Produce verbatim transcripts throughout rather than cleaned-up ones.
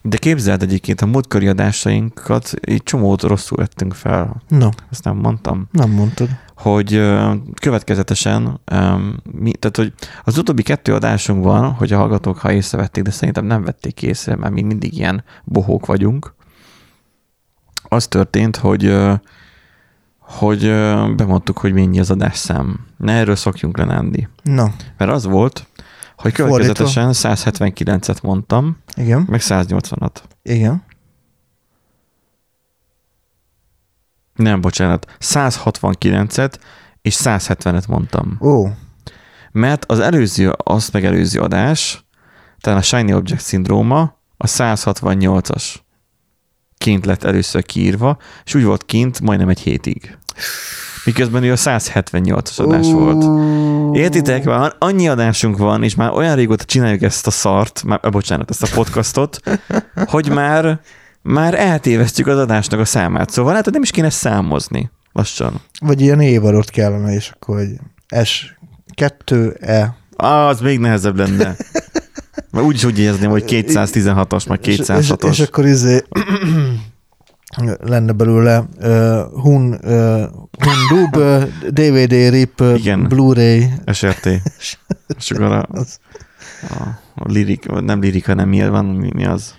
De képzeld egyébként, a múltkori adásainkat egy csomót rosszul vettünk fel. No. Ezt nem mondtam. Nem mondtad. Hogy uh, következetesen, um, mi, tehát hogy az utóbbi kettő adásunkban, hogy a hallgatók, ha észrevették, de szerintem nem vették észre, mert mi mindig ilyen bohók vagyunk, az történt, hogy, uh, hogy uh, bemondtuk, hogy mennyi az adásszám. Ne erről szokjunk le, Nándi. No. Mert az volt, hogy következetesen száz hetvenkilencet mondtam, igen. meg száz nyolcvanat. Igen. Nem, bocsánat, száz hatvankilencet és száz hetvenet mondtam. Ó. Mert az előző, azt megelőző adás, talán a Shiny Object szindróma, a száz hatvannyolcas kint lett először kiírva, és úgy volt kint majdnem egy hétig. Miközben ő a száz hetvennyolcas adás uh. volt. Értitek? Már annyi adásunk van, és már olyan régóta csináljuk ezt a szart, már, bocsánat, ezt a podcastot, hogy már, már eltévesztjük az adásnak a számát. Szóval hát nem is kéne számozni lassan. Vagy ilyen évadot kellene, és akkor hogy es kettő e. Ah, az még nehezebb lenne. Mert úgyis úgy érezném, hogy kétszáztizenhatos, meg kétszázhatos. És, és, és akkor izé lenne belőle uh, Hun, uh, Hun Dub, uh, dé vé dé, rip, uh, Blu-ray. es er té. És akkor a, a, a lirik, nem lirik, hanem mi van, mi, mi az?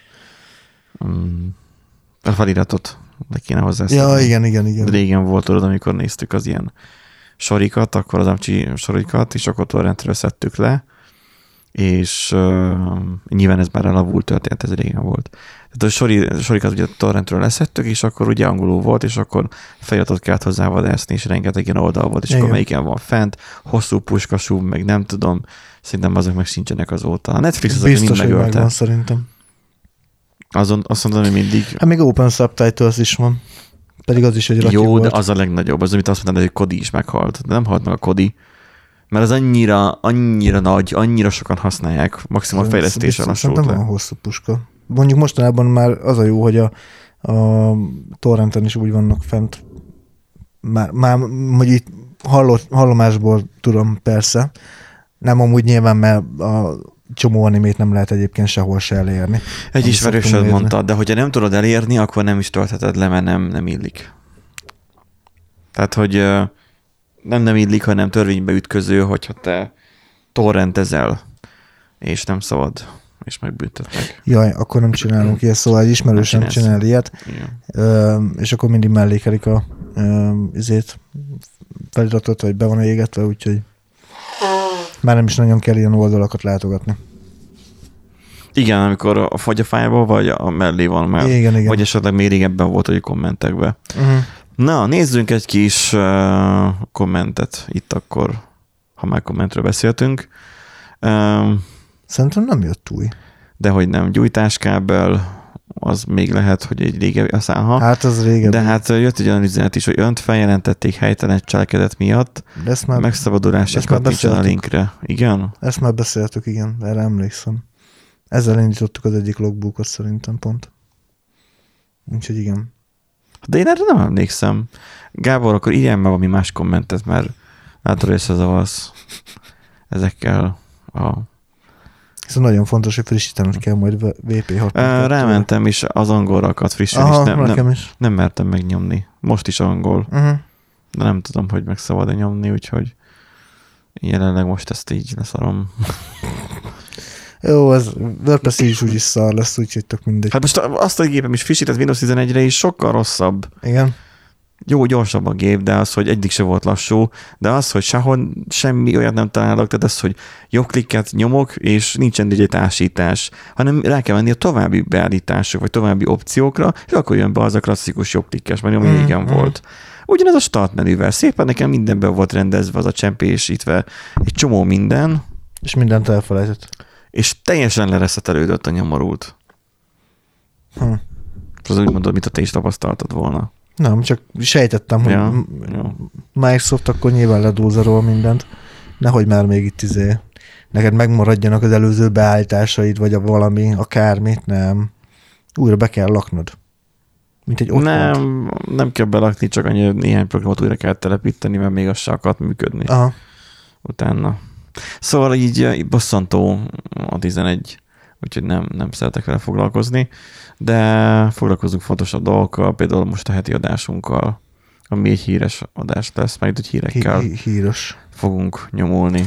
Um, a feliratot de kéne hozzá. Ja, igen, igen, igen. Régen volt, tudod, amikor néztük az ilyen sorikat, akkor az amcsi sorikat, és akkor torrentről szedtük le, és uh, nyilván ez már elavult történet, ez régen volt. Tehát a sori, sorikat ugye torrentről leszettük, és akkor ugye angolul volt, és akkor feliratot kellett hozzá vadászni, és rengeteg ilyen oldal volt, és igen. Akkor melyiken van fent, hosszú puskasú, meg nem tudom, szerintem azok meg sincsenek azóta. A Netflix az, aki mind megölte. Biztos, hogy szerintem. Azon, azt mondom, hogy mindig... Hát még Open Subtitles is van. Pedig az is egy Jó, volt. De az a legnagyobb. Az, amit azt mondtad, hogy Kodi is meghalt. De nem halt meg a Kodi. Mert az annyira, annyira nagy, annyira sokan használják. Maximum a fejlesztéssel lassult le. Szerintem van hosszú puska. Mondjuk mostanában már az a jó, hogy a, a torrenten is úgy vannak fent. Már, már hogy itt hallott, hallomásból tudom, persze. Nem amúgy nyilván, mert a csomó animét nem lehet egyébként sehol se elérni. Egy ismerősöd mondta, de hogyha nem tudod elérni, akkor nem is töltheted le, mert nem, nem illik. Tehát, hogy nem nem illik, hanem törvénybe ütköző, hogyha te torrentezel, és nem szabad, és megbüntetnek. Jaj, akkor nem csinálunk ilyet, szóval egy ismerősöm nem csinál ilyet, ö, és akkor mindig mellékelik a ö, izét, feliratot, vagy be van égetve, úgyhogy már nem is nagyon kell ilyen oldalakat látogatni. Igen, amikor a fagyafájban, vagy a mellé van már. Igen, igen. Vagy esetleg még régebben volt, hogy kommentekben. Uh-huh. Na, nézzünk egy kis uh, kommentet itt akkor, ha már kommentről beszéltünk. Um, Szerintem nem jött új. Dehogy nem. Gyújtáskábel, az még lehet, hogy egy régebbi, aztán ha. Hát az régebbi. De hát jött egy olyan üzenet is, hogy önt feljelentették helytelen cselekedet miatt. Már, megszabadulását kattintson a linkre. Igen? Ezt már beszéltük, igen. Erre emlékszem. Ezzel indítottuk az egyik logbookot szerintem pont. Úgyhogy igen. De én erre nem emlékszem. Gábor, akkor írjál meg valami más kommentet, mert látod, hogy összezavarsz ezekkel a... Ez nagyon fontos, hogy frissítened kell majd vé pé hat. Rámentem, és az angolra akart frissülni, és nem, nem, is. nem mertem megnyomni. Most is angol. Uh-huh. De nem tudom, hogy meg szabad-e nyomni, úgyhogy jelenleg most ezt így leszarom. Jó, ez WordPress is úgyis szar lesz, úgyhogy tök mindegy. Hát most azt a gépem is frissített Windows tizenegyre is sokkal rosszabb. Igen. Jó, gyorsabb a gép, de az, hogy eddig se volt lassú, de az, hogy sehol semmi olyat nem találok, tehát az, hogy jobbklikket nyomok, és nincsen egy társítás, hanem rá kell menni a további beállítások, vagy további opciókra, és akkor jön be az a klasszikus jobbklikkes, mert ami régen mm, volt. Ugyanez a start menüvel. Szépen nekem mindenben volt rendezve az a csempésítve, egy csomó minden. És mindent elfelejtett. És teljesen lereszetelődött a nyomorult. Hm. Az úgy mondod, mint a te is tapasztaltad volna. Nem, csak sejtettem, hogy ja, m- ja. Microsoft akkor nyilván ledózerol mindent. Nehogy már még itt izé, neked megmaradjanak az előző beállításaid, vagy a valami, akármit, nem. Újra be kell laknod. Mint egy otthont. Nem, nem kell belakni, csak annyi néhány programot újra kell telepíteni, mert még az se akart működni. Aha. Utána. Szóval így, így bosszantó a tizenegy. úgyhogy nem, nem szeretek vele foglalkozni, de foglalkozunk fontosabb dolgokkal, például most a heti adásunkkal, ami egy híres adás lesz, majd egy hírekkel Hí- híres. fogunk nyomulni.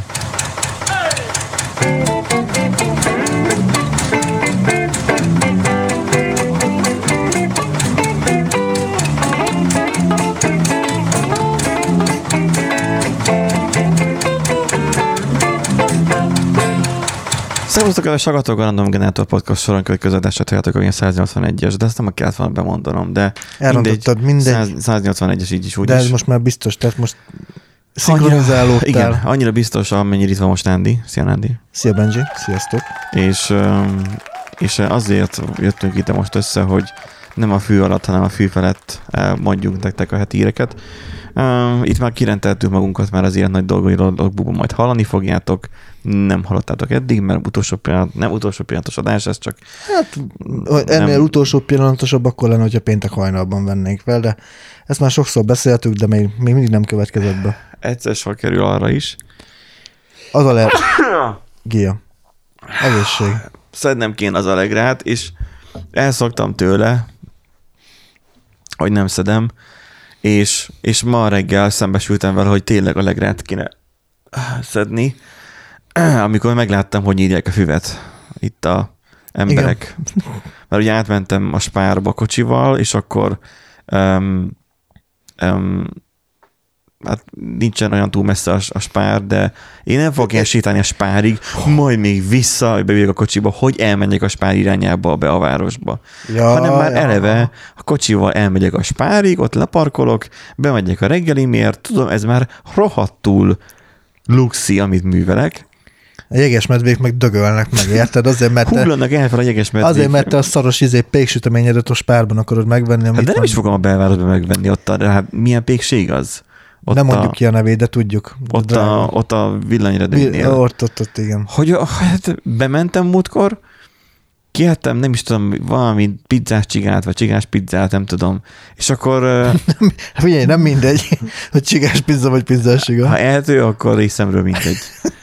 Szervusztok, a Sagatok, a Random Generator Podcast soron következő adását halljátok, a száznyolcvanegyes, de ezt nem kellett volna bemondanom, de Elrontottad mindegy. száznyolcvanegyes így is úgy de ez is. most már biztos, tehát most szinkronizálódtál. Igen, annyira biztos, amennyire itt van most Nándi. Szia, Nándi. Szia, Benji. Sziasztok. És, és azért jöttünk itt most össze, hogy nem a fű alatt, hanem a fű felett mondjuk nektek a heti híreket. Itt már kirendeltük magunkat, már az ilyen nagy dolgokból majd hallani fogjátok. Nem hallottátok eddig, mert utolsó pillanat, nem utolsó pillanatos adás, ez csak... Hát ennél nem... utolsó pillanatosabb akkor lenne, hogyha péntek hajnalban vennénk fel, de ezt már sokszor beszéltük, de még, még mindig nem következett be. Egyszer sor kerül arra is. Az a le... Gia. Egészség. Szednem kéne az Allegrát, és elszoktam tőle, hogy nem szedem, és, és ma reggel szembesültem vele, hogy tényleg Allegrát kéne szedni, amikor megláttam, hogy írják a füvet itt a emberek. Igen. Mert ugye átmentem a Spárba kocsival, és akkor um, um, hát nincsen olyan túl messze a, a Spár, de én nem fogok ilyen sétálni a Spárig, majd még vissza, hogy bevigyek a kocsiba, hogy elmenjek a Spár irányába be a városba. Ja, hanem már ja. eleve a kocsival elmegyek a Spárig, ott leparkolok, bemegyek a reggelimért, tudom, ez már rohadtul luxi, amit művelek. A jegesmedvék meg dögölnek meg, érted? Azért, mert Hullanak el fel a jegesmedvék. Azért, mert te a szaros izé péksüteményedet a Spárban akarod megvenni. Hát de nem van. is fogom a belvárosban megvenni ott, de hát milyen pékség az? Ott nem mondjuk a, ki a nevét, de tudjuk. Ott, a, ott a villanyredőnél. Ott, ott, ott, igen. Hogy hát bementem múltkor, kihettem, nem is tudom, valami pizzás csigát, vagy csigás pizzát, nem tudom. És akkor... Figyelj, nem mindegy, hogy csigás pizza, vagy pizzás csiga. Ha ehető, akkor részemről mindegy.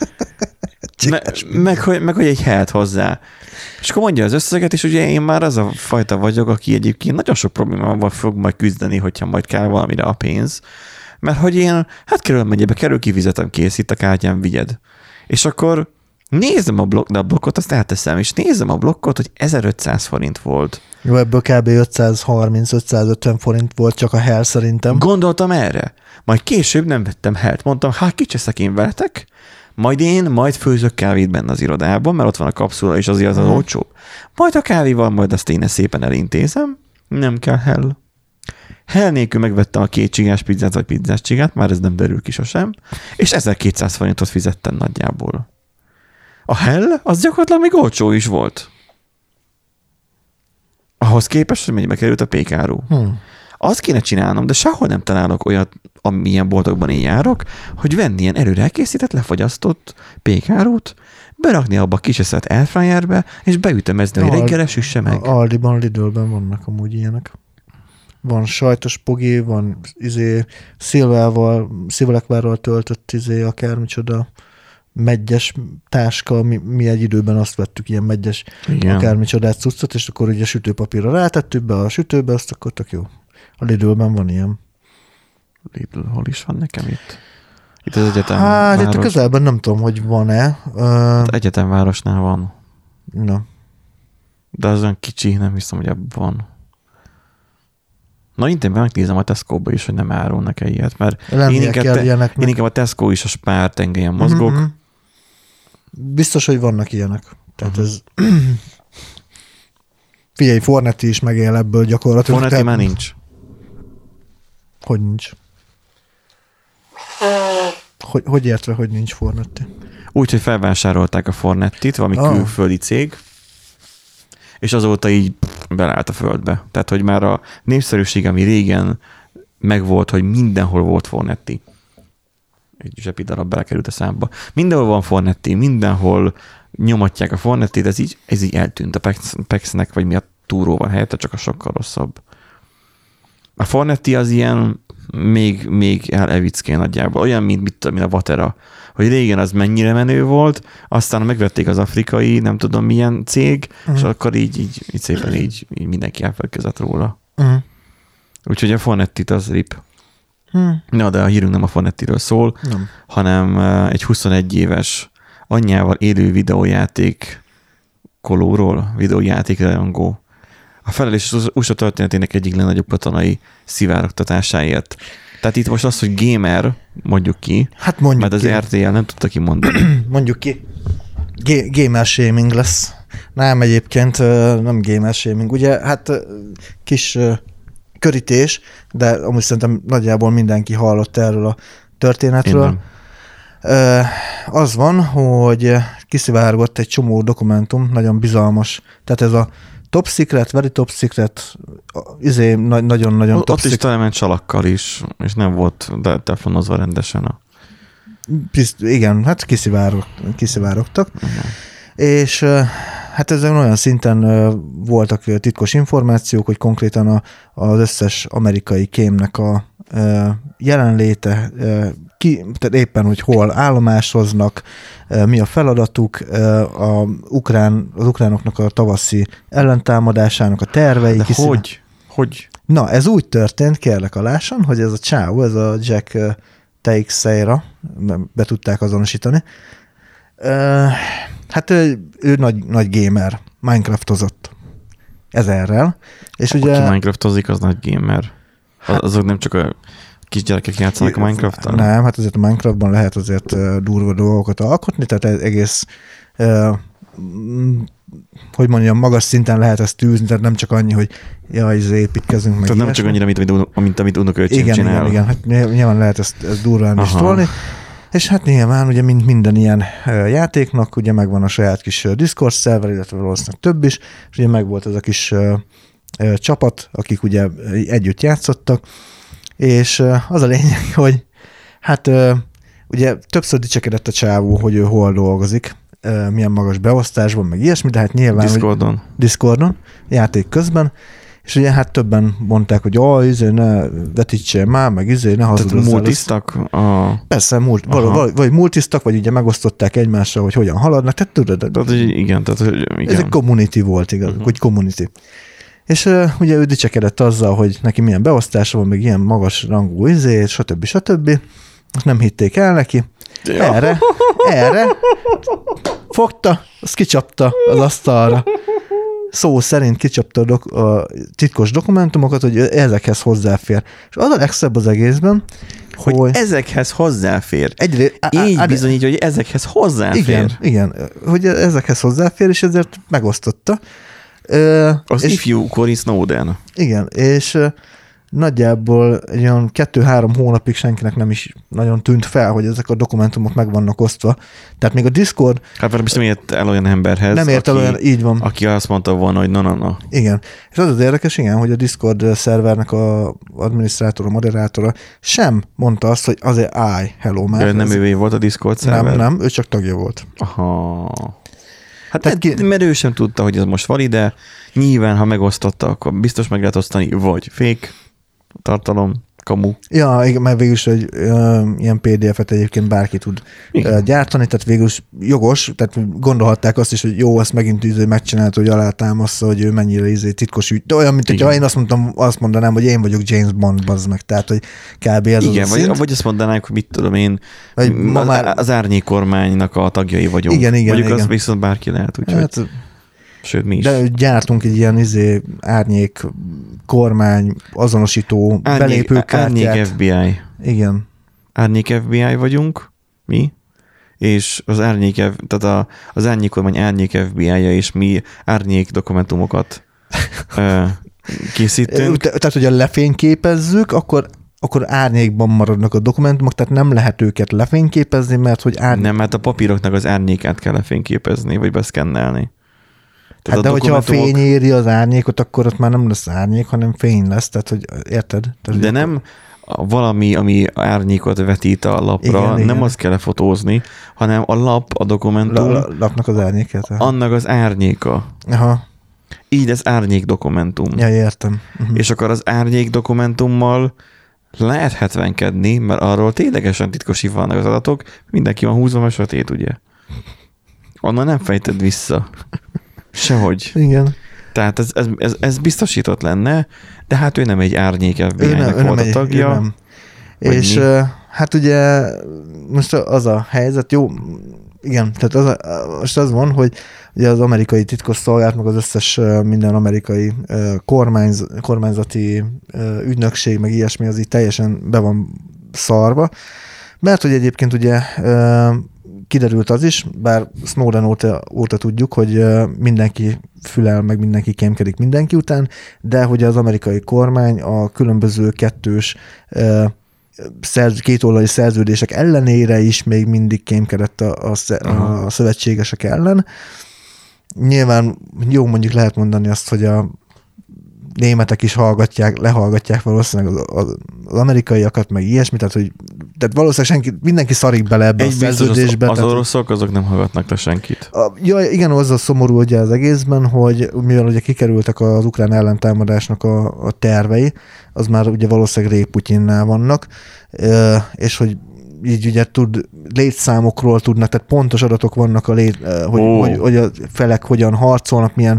Me, meg, hogy, meg, hogy egy helyet hozzá. És akkor mondja az összeget, és ugye én már az a fajta vagyok, aki egyébként nagyon sok problémával fog majd küzdeni, hogyha majd kell valamire a pénz. Mert hogy én, hát kerül megyébe, kerül kifizetem, kész, itt a kártyám, vigyed. És akkor nézem a, blokk, de a blokkot, azt elteszem, és nézem a blokkot, hogy ezerötszáz forint volt. Jó, ebből kb. ötszázharminc-ötszázötven forint volt csak a hell szerintem. Gondoltam erre. Majd később nem vettem hellt. Mondtam, hát kicseszek én veletek, majd én, majd főzök kávét benne az irodában, mert ott van a kapszula, és azért az az olcsóbb. Majd a kávéval, majd azt én szépen elintézem. Nem kell hell. Hell nélkül megvettem a két csigás pizzát, vagy pizzás csigát, már ez nem derül ki sosem, és ezerkétszáz forintot fizettem nagyjából. A hell, az gyakorlatilag még olcsó is volt. Ahhoz képest, hogy mennyibe került a pékáru. Hmm. Azt kéne csinálnom, de sehol nem találok olyat, amilyen boltokban én járok, hogy venni ilyen előre elkészített, lefagyasztott pékárút, berakni abba a kiseszelt airfryerbe, és beütemezni, hogy reggelre süsse meg. Aldiban, Lidlben vannak amúgy ilyenek. Van sajtos pogi, van izé, szilvával, szilvalekvárral töltött izé, akármicsoda meggyes táska, mi, mi egy időben azt vettük, ilyen meggyes akármicsodát cuccot, és akkor ugye sütőpapírra rátettük be a sütőbe, azt akkor tök jó. A Lidlben van ilyen. Lidl, hol is van nekem itt? Itt az egyetem Hát város. Itt a közelben nem tudom, hogy van-e. Hát egyetemvárosnál van. Na. De az olyan kicsi, nem hiszem, hogy ebben van. Na, én megnézem a Tesco-ba is, hogy nem árulnak-e ilyet, mert én inkább, te, én inkább a Tesco is a Spár tengelyen mozgok. Mm-hmm. Biztos, hogy vannak ilyenek. Tehát uh-huh. ez... Figyelj, Fornetti is megél ebből gyakorlatilag. Fornetti te... már nincs. Hogy nincs? Hogy, hogy értve, hogy nincs Fornetti? Úgy, hogy felvásárolták a Fornettit, valami ah. külföldi cég, és azóta így belállt a földbe. Tehát, hogy már a népszerűség, ami régen megvolt, hogy mindenhol volt Fornetti. Egy zsepidarab belekerült a számba. Mindenhol van Fornetti, mindenhol nyomatják a Fornettit, ez így, ez így eltűnt a Pexnek, vagy mi a túróval helyette, csak a sokkal rosszabb. A Fornetti az ilyen, még, még el Evické nagyjából. Olyan, mint, mint, mint a Vatera. Hogy régen az mennyire menő volt, aztán megvették az afrikai, nem tudom milyen cég, uh-huh. és akkor így, így, így szépen így, így mindenki elfelelkezett róla. Uh-huh. Úgyhogy a Fonettit az rip. Hmm. Na, de a hírünk nem a Fonettiről szól, nem. hanem egy huszonegy éves anyjával élő videójáték kolóról, videójáték rajongó. A felelős az u es á történetének egyik legnagyobb katonai szivárogtatásáért. Tehát itt most az, hogy gamer, mondjuk ki, hát mondjuk mert az ki. er té el nem tudta kimondani. Mondjuk ki. G- gamer shaming lesz. Nem, egyébként nem gamer shaming. Ugye, hát kis körítés, de amúgy szerintem nagyjából mindenki hallott erről a történetről. Az van, hogy kiszivárgott egy csomó dokumentum, nagyon bizalmas. Tehát ez a top secret, very top secret, izé nagyon-nagyon top Ott secret. is talán csalakkal is, és nem volt de telefonozva rendesen a... Bizt, igen, hát kiszivárog, kiszivárogtak. Uh-huh. És hát ezen olyan szinten voltak titkos információk, hogy konkrétan a, az összes amerikai kémnek a jelenléte, ki, tehát éppen, hogy hol állomásoznak, mi a feladatuk, a ukrán, az ukránoknak a tavaszi ellentámadásának a tervei. De hogy? Hogy? Na, ez úgy történt, kérlek alássan, hogy ez a csávó, ez a Jack Teixeira, be tudták azonosítani. Hát ő, ő nagy, nagy gamer, Minecraftozott ezerrel. És Aki ugye... Minecraftozik, az nagy gamer. Hát, azok nem csak a kisgyerekek játszanak a Minecraft-tal? Nem, hát azért a Minecraftban lehet azért durva dolgokat alkotni, tehát egész, uh, hogy mondjam, magas szinten lehet ezt tűzni, tehát nem csak annyi, hogy jaj, ez építkezünk, meg tehát nem csak annyira, mint, mint, mint amit unokaöcsém csinál. Igen, igen, hát nyilván lehet ezt, ezt durván is tolni. És hát nyilván ugye mint minden ilyen játéknak, ugye megvan a saját kis Discord szerver, illetve valószínűleg több is, és ugye megvolt ez a kis csapat, akik ugye együtt játszottak, és az a lényeg, hogy hát ugye többször dicsekedett a csávó, hogy ő hol dolgozik, milyen magas beosztásban, meg ilyesmi, de hát nyilván... Discordon. Discordon, játék közben, és ugye hát többen mondták, hogy ó, izé, ne vetítsél már, meg izé, ne hazudozzál. Tehát multisztak? A... Persze, mult, vagy, vagy multisztak, vagy ugye megosztották egymással, hogy hogyan haladnak, tehát tudod. Tehát, igen, tehát, hogy igen. Ez egy community volt, igaz, uh-huh. hogy community. És uh, ugye ő dicsekedett azzal, hogy neki milyen beosztása van, meg ilyen magas rangú izé, stb. stb. Nem hitték el neki. Ja. Erre, erre fogta, azt kicsapta az asztalra. Szó szerint kicsapta a, dok- a titkos dokumentumokat, hogy ezekhez hozzáfér. És az a legszebb az egészben, hogy, hogy ezekhez hozzáfér. Egyré, Így á, bizonyítja, hogy ezekhez hozzáfér. Igen, igen, hogy ezekhez hozzáfér, és ezért megosztotta. Az és, ifjú Cory Snowden. Igen, és nagyjából egy olyan kettő-három hónapig senkinek nem is nagyon tűnt fel, hogy ezek a dokumentumok meg vannak osztva. Tehát még a Discord... Hát mert nem ért el olyan emberhez, nem ért el olyan, így van. Aki azt mondta volna, hogy na, na, na. Igen. És az az érdekes, igen, hogy a Discord szervernek a adminisztrátora, moderátora sem mondta azt, hogy azért állj, hello már. De nem ez... ő volt a Discord szerver? Nem, nem, ő csak tagja volt. Aha. Hát tehát ki... mert ő sem tudta, hogy ez most valid, de nyilván, ha megosztotta, akkor biztos meg lehet osztani, vagy fake tartalom, kamu. Ja, igen, mert végül is egy ö, ilyen pé dé ef-et egyébként bárki tud ö, gyártani, tehát végül is jogos, tehát gondolhatták azt is, hogy jó, azt megint izé megcsinálta, hogy alátámaszza, hogy ő mennyire izé titkos ügy. De olyan, mint hogyha én azt, mondtam, azt mondanám, hogy én vagyok James Bond, bazd meg, tehát, hogy kb. Ez igen, az vagy, szint. vagy azt mondanánk, hogy mit tudom én, vagy az, már... az árnyék kormánynak a tagjai vagyunk. Igen, igen, Mondjuk igen. az viszont bárki lehet, úgyhogy... Hát, sőt, mi is. De gyártunk egy ilyen izé, árnyék kormány azonosító árnyék, belépőkártyát. Árnyék ef bé i. Igen. Árnyék ef bé i vagyunk, mi, és az árnyék, tehát a, az árnyék kormány árnyék ef bé i-ja, és mi árnyék dokumentumokat ö, készítünk. Te, tehát, hogyha lefényképezzük, akkor akkor árnyékban maradnak a dokumentumok, tehát nem lehet őket lefényképezni, mert hogy árnyék... Nem, mert a papíroknak az árnyékát kell lefényképezni, vagy beszkennelni. Hát de hogyha a fény éri az árnyékot, akkor ott már nem lesz árnyék, hanem fény lesz, tehát hogy érted? Tehát, de nem valami, ami árnyékot vetít a lapra, igen, nem igen. Azt kell lefotózni, hanem a lap, a dokumentum. La, lapnak az árnyékát. Annak az árnyéka. Aha. Így ez árnyék dokumentum. Ja, értem. Uh-huh. És akkor az árnyék dokumentummal lehet hetvenkedni, mert arról ténylegesen titkosítva vannak az adatok, mindenki van húzva, mert sötét, ugye? Onnan nem fejted vissza. Sehogy. Igen. Tehát ez, ez, ez, ez biztosított lenne, de hát ő nem egy árnyék ef bé i-nek volt a tagja. És mi? Hát ugye most az a helyzet, jó, igen, tehát az a, most az van, hogy ugye az amerikai titkosszolgálat, meg az összes minden amerikai kormányz, kormányzati ügynökség, meg ilyesmi, az így teljesen be van szarva. Mert hogy egyébként ugye kiderült az is, bár Snowden óta, óta tudjuk, hogy mindenki fülel, meg mindenki kémkedik mindenki után, de hogy az amerikai kormány a különböző kettős szerz, kétoldali szerződések ellenére is még mindig kémkedett a, a, a szövetségesek ellen. Nyilván jó, mondjuk lehet mondani azt, hogy a németek is hallgatják, lehallgatják valószínűleg az, az, az amerikaiakat, meg ilyesmi, tehát, hogy, tehát valószínűleg senki, mindenki szarik bele ebbe egy a szerződésbe. Az, az oroszok azok nem hallgatnak le senkit. A, ja, igen, az a szomorú ugye az egészben, hogy mivel ugye kikerültek az ukrán ellentámadásnak a, a tervei, az már ugye valószínűleg rég Putyinnál vannak, és hogy így ugye tud, létszámokról tudnak, tehát pontos adatok vannak, a lét, hogy, oh. hogy, hogy a felek hogyan harcolnak, milyen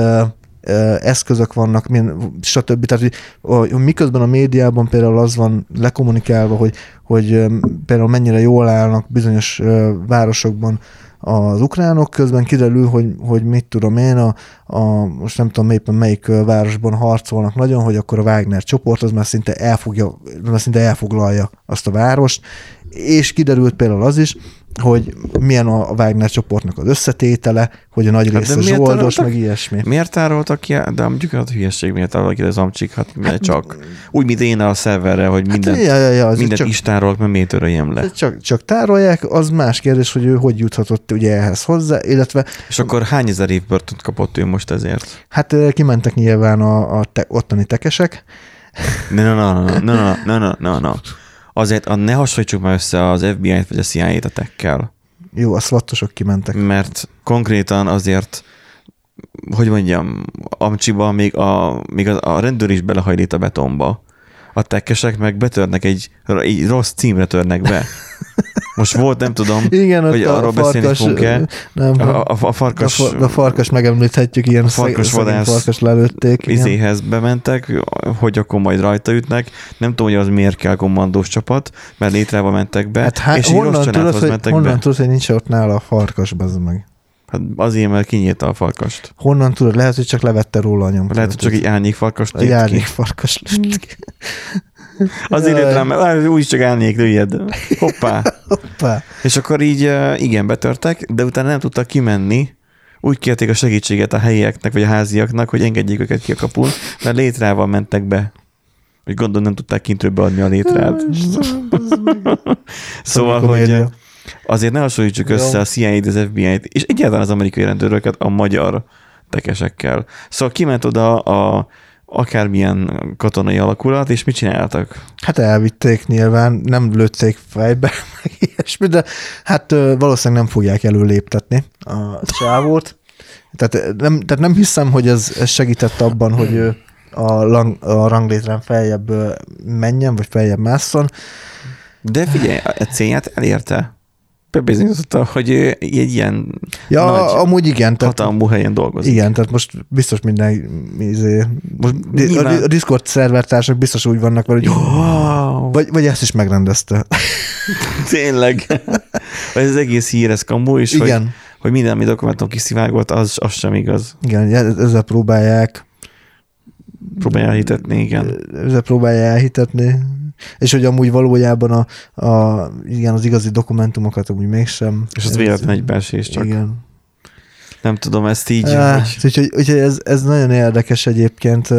eszközök vannak, milyen, stb. Tehát, hogy miközben a médiában például az van lekommunikálva, hogy, hogy például mennyire jól állnak bizonyos városokban az ukránok, közben kiderül, hogy, hogy mit tudom én, a, a, most nem tudom éppen melyik városban harcolnak nagyon, hogy akkor a Wagner csoport az már szinte, elfogja, már szinte elfoglalja azt a várost, és kiderült például az is, hogy milyen a Wagner csoportnak az összetétele, hogy a nagy része hát zsoldos, meg ilyesmi. Miért tároltak ki? De mondjuk a hülyeség miért tároltak ki az amcsik? Hát, hát csak úgy, mint én a szerverre, hogy mindent, hát, ja, ja, ja, mindent csak, is tárolok, mert miért töröljem le? Csak, csak tárolják, az más kérdés, hogy ő hogy juthatott ugye ehhez hozzá, illetve... És akkor hány ezer év börtönt kapott ő most ezért? Hát kimentek nyilván a, a te, ottani tekesek. Ne, ne, ne, ne, ne, ne, ne, ne, ne. Azért a, ne hasonlítsuk már össze az ef bé i-t vagy a cé i á-t a tekkel. Jó, a szvattosok kimentek. Mert konkrétan azért, hogy mondjam, amcsiba még a, még a, a rendőr is belehajlít a betonba. A tekkesek meg betörnek egy, egy rossz címre törnek be. Most volt, nem tudom, igen, hogy arról beszélni fogunk-e. Nem, a, a, a farkas... A, a farkas megemlíthetjük, ilyen farkas vadász farkas lelőtték. Izéhez bementek, hogy akkor majd rajta ütnek. Nem tudom, hogy az miért kell kommandós csapat, mert létrába mentek be, hát, hát, és így rossz családhoz mentek honnan be. Honnan tudod, hogy nincs ott nála a farkas, bezd meg? Hát azért, mert kinyírta a farkast. Honnan tudod? Lehet, hogy csak levette róla a nyomot. Lehet, hogy csak egy árnyék farkast Egy árnyék farkas lőtt ki. Azért jött rám, mert úgy csak árnyék lőjed. Hoppá. Hoppá. És akkor így igen, betörtek, de utána nem tudtak kimenni. Úgy kérték a segítséget a helyieknek, vagy a háziaknak, hogy engedjék őket ki a kapun, mert létrával mentek be. Hogy gondolom nem tudták kintről beadni a létrát. Szóval, hogy azért ne hasonlítsuk össze a cé i á-t, az ef bé i-t, és egyáltalán az amerikai rendőröket a magyar tekesekkel. Szóval kiment oda a akármilyen katonai alakulat, és mit csináltak? Hát elvitték nyilván, nem lőtték fejbe, meg ilyesmi, de hát valószínűleg nem fogják előléptetni a csávót. Tehát nem, tehát nem hiszem, hogy ez, ez segített abban, hogy ő a, lang, a ranglétrán feljebb menjen, vagy feljebb másszon. De figyelj, a célját elérte. Bebizonyította, hogy egy ilyen ja, nagy amúgy igen, hatalmú helyen dolgozik. Igen, tehát most biztos minden izé, most nyilván... a Discord szervertársak biztos úgy vannak vele, hogy wow. vagy, vagy ezt is megrendezte. Tényleg. Ez az egész hír, ez kamu, és igen. Hogy, hogy minden, ami dokumentum kiszivágolt, az, az sem igaz. Igen, ezzel próbálják próbálják elhitetni, igen. Ezzel próbálják elhitetni. És hogy amúgy valójában a, a, igen, az igazi dokumentumokat amúgy mégsem. És az véletlen egybeesés csak. Igen. Nem tudom, ezt így. Ah, hogy... Úgyhogy, úgyhogy ez, ez nagyon érdekes egyébként,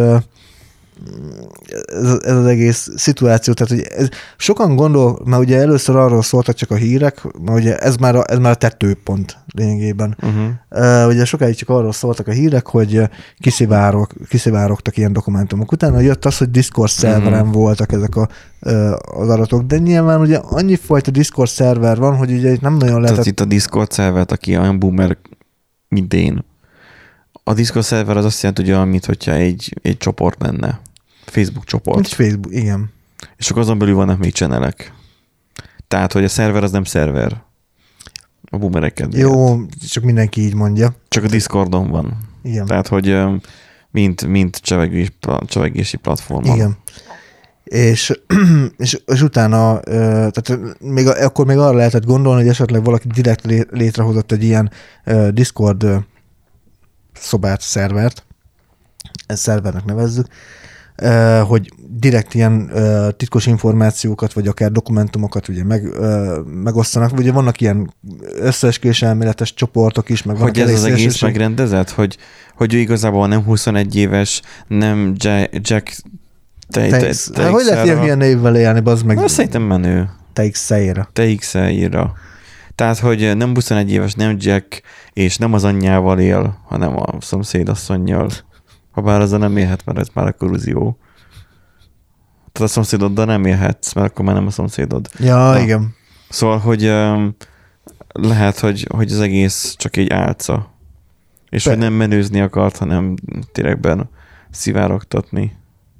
ez, ez az egész szituáció. Tehát, hogy ez, sokan gondol, mert ugye először arról szóltak csak a hírek, mert ugye ez már a, ez már a tetőpont lényegében. Uh-huh. Uh, ugye sokáig csak arról szóltak a hírek, hogy kiszivárog, kiszivárogtak ilyen dokumentumok. Utána jött az, hogy Discord szerveren uh-huh. voltak ezek a, uh, az adatok, de nyilván ugye annyi fajta Discord szerver van, hogy ugye nem nagyon lehet... Tehát itt a Discord szervert, aki olyan boomer, mint én. A Discord szerver az azt jelenti, hogy olyan, mint hogyha egy, egy csoport lenne. Facebook csoport. Egy Facebook, igen. és akkor azon belül vannak még channelek. Tehát, hogy a szerver az nem szerver. A boomereket. Jó, csak mindenki így mondja. Csak a Discordon van. Igen. Tehát, hogy mint, mint csevegés, csevegési platformon. Igen. És, és, és utána, tehát még, akkor még arra lehetett gondolni, hogy esetleg valaki direkt létrehozott egy ilyen Discord szobát, szervert, ezt szervernek nevezzük, hogy direkt ilyen titkos információkat, vagy akár dokumentumokat ugye meg, megosztanak. Ugye vannak ilyen összeesküvés elméletes csoportok is, meg vannak. Hogy ez az egész szélsőség. Megrendezett? Hogy, hogy ő igazából nem huszonegy éves, nem Jack Te, te, te, hát, hogy lehet ilyen, ilyen névvel élni, bazd meg? Na, szerintem menő. T X-ra. T X-ra. Tehát, hogy nem huszonegy éves, nem Jack, és nem az anyjával él, hanem a szomszédasszonnyal. Habár azzal nem élhet, mert ez már a korrúzió. Tehát a szomszédoddal nem élhetsz, mert akkor már nem a szomszédod. Ja, Na. igen. Szóval, hogy um, lehet, hogy, hogy az egész csak egy álca. És Be. hogy nem menőzni akart, hanem direktben szivárogtatni.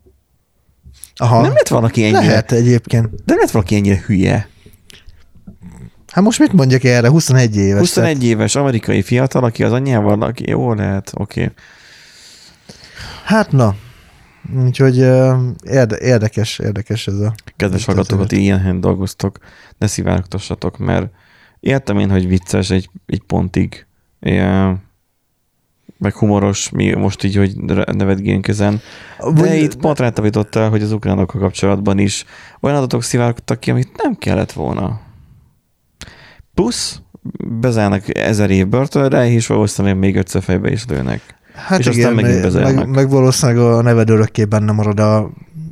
Aha. Nem lett valaki ennyire... Lehet egyébként. De lett valaki ennyire hülye. Hát most mit mondjak erre? huszonegy éves. huszonegy tehát... éves amerikai fiatal, aki az anyjával, aki jó lehet, oké. Okay. Hát na, úgyhogy érde, érdekes, érdekes ez a... Kedves hallgatók, hogy ilyen helyen dolgoztok, ne szivárogtassatok, mert értem én, hogy vicces egy, egy pontig, ilyen, meg humoros, mi most így, hogy nevetgélünk ezen, de Vagy... itt pont rátavítottál, hogy az ukránokkal kapcsolatban is olyan adatok szivárogtak ki, amit nem kellett volna. Plusz bezárnak ezer év börtönre, és valószínűleg még ötször fejbe is lőnek. Hát és igen, aztán megint bezárnak. Meg, meg valószínűleg a neved örökké benne marad a,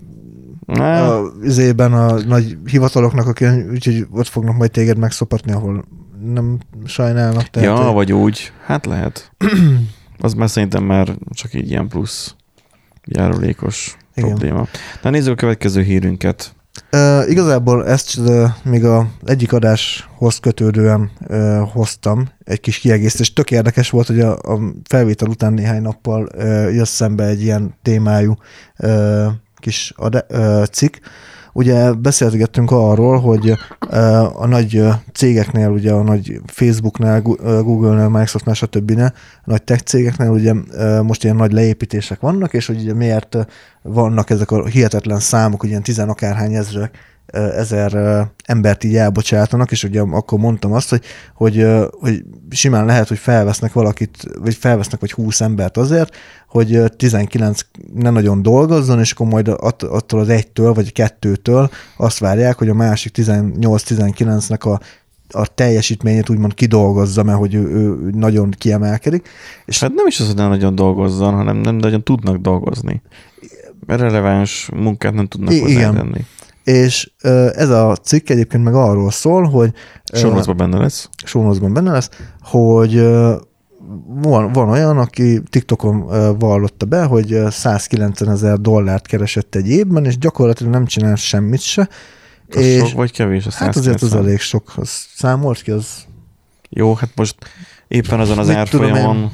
a üzében a nagy hivataloknak, akik, úgyhogy ott fognak majd téged megszopatni, ahol nem sajnálnak. Tehát, ja, hogy... vagy úgy. Hát lehet. Az már szerintem már csak így ilyen plusz járulékos igen. probléma. Na nézzük a következő hírünket. Uh, igazából ezt uh, még az egyik adáshoz kötődően uh, hoztam, egy kis kiegészítés. Tök érdekes volt, hogy a, a felvétel után néhány nappal uh, jött szembe egy ilyen témájú uh, kis ad- uh, cikk. Ugye beszélgettünk arról, hogy uh, a nagy uh, cégeknél, ugye a nagy Facebooknál, Google-nál, Microsoftnál, stb. A nagy tech cégeknél ugye uh, most ilyen nagy leépítések vannak, és hogy ugye miért uh, vannak ezek a hihetetlen számok, hogy ilyen tizenakárhány ezrek, uh, ezer uh, embert így elbocsátanak, és ugye akkor mondtam azt, hogy, hogy, uh, hogy simán lehet, hogy felvesznek valakit, vagy felvesznek vagy húsz embert azért, hogy tizenkilenc ne nagyon dolgozzon, és akkor majd att- attól az egytől, vagy kettőtől azt várják, hogy a másik tizennyolc-tizenkilencnek a, a teljesítményét úgymond kidolgozza, mert hogy ő, ő nagyon kiemelkedik. És hát nem is az, hogy nem nagyon dolgozzon, hanem nem nagyon tudnak dolgozni. Releváns munkát nem tudnak hozzátenni. És ez a cikk egyébként meg arról szól, hogy... Sornozban benne lesz. Sornozban benne lesz, hogy van, van olyan, aki TikTokon uh, vallotta be, hogy százkilencven ezer dollárt keresett egy évben, és gyakorlatilag nem csinál semmit se. Az és sok vagy kevés a százkilencven? Hát azért az elég sok. Az számolt ki, az... Jó, hát most éppen azon az árfolyamon...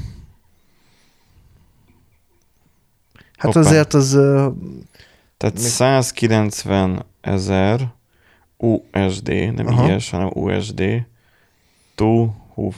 Hát Hoppá. azért az... Uh, Tehát még... százkilencven ezer U S D, nem Aha. ilyes, hanem U S D, to huf.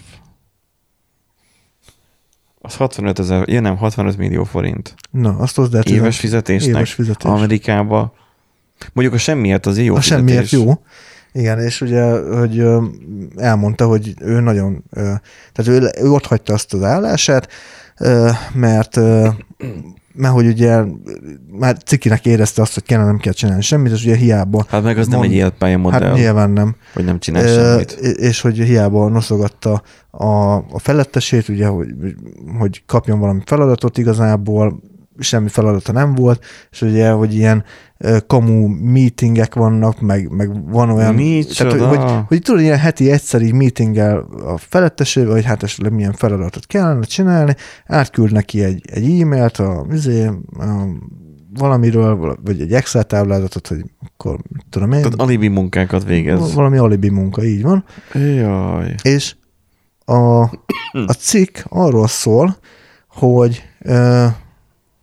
Az hatvanöt ezer, ja nem, hatvanöt millió forint. Na, azt hozzá. Éves fizetésnek. Éves fizetés. Amerikába. Mondjuk a semmiért az jó a fizetés. Semmiért jó. Igen, és ugye, hogy elmondta, hogy ő nagyon, tehát ő, ő ott hagyta azt az állását, mert mert hogy ugye már cikinek érezte azt, hogy kellene nem kell csinálni semmit, és ugye hiába... Hát meg az mond, nem egy életpályamodell. Hát nyilván nem. Hogy nem csinál semmit. És hogy hiába noszogatta a, a felettesét, ugye, hogy, hogy kapjon valami feladatot igazából, semmi feladata nem volt, és ugye, hogy ilyen kamu meetingek vannak, meg, meg van olyan... Micsoda? Tehát, hogy, hogy, hogy tudod, ilyen heti egyszer így meetinggel a felettesével, hogy hát esetleg milyen feladatot kellene csinálni, átküld neki egy, egy e-mailt a, a, a valamiről, vagy egy Excel táblázatot, hogy akkor tudom én... Tehát alibi munkákat végez. Valami alibi munka, így van. Jaj. És a, a cikk arról szól, hogy uh,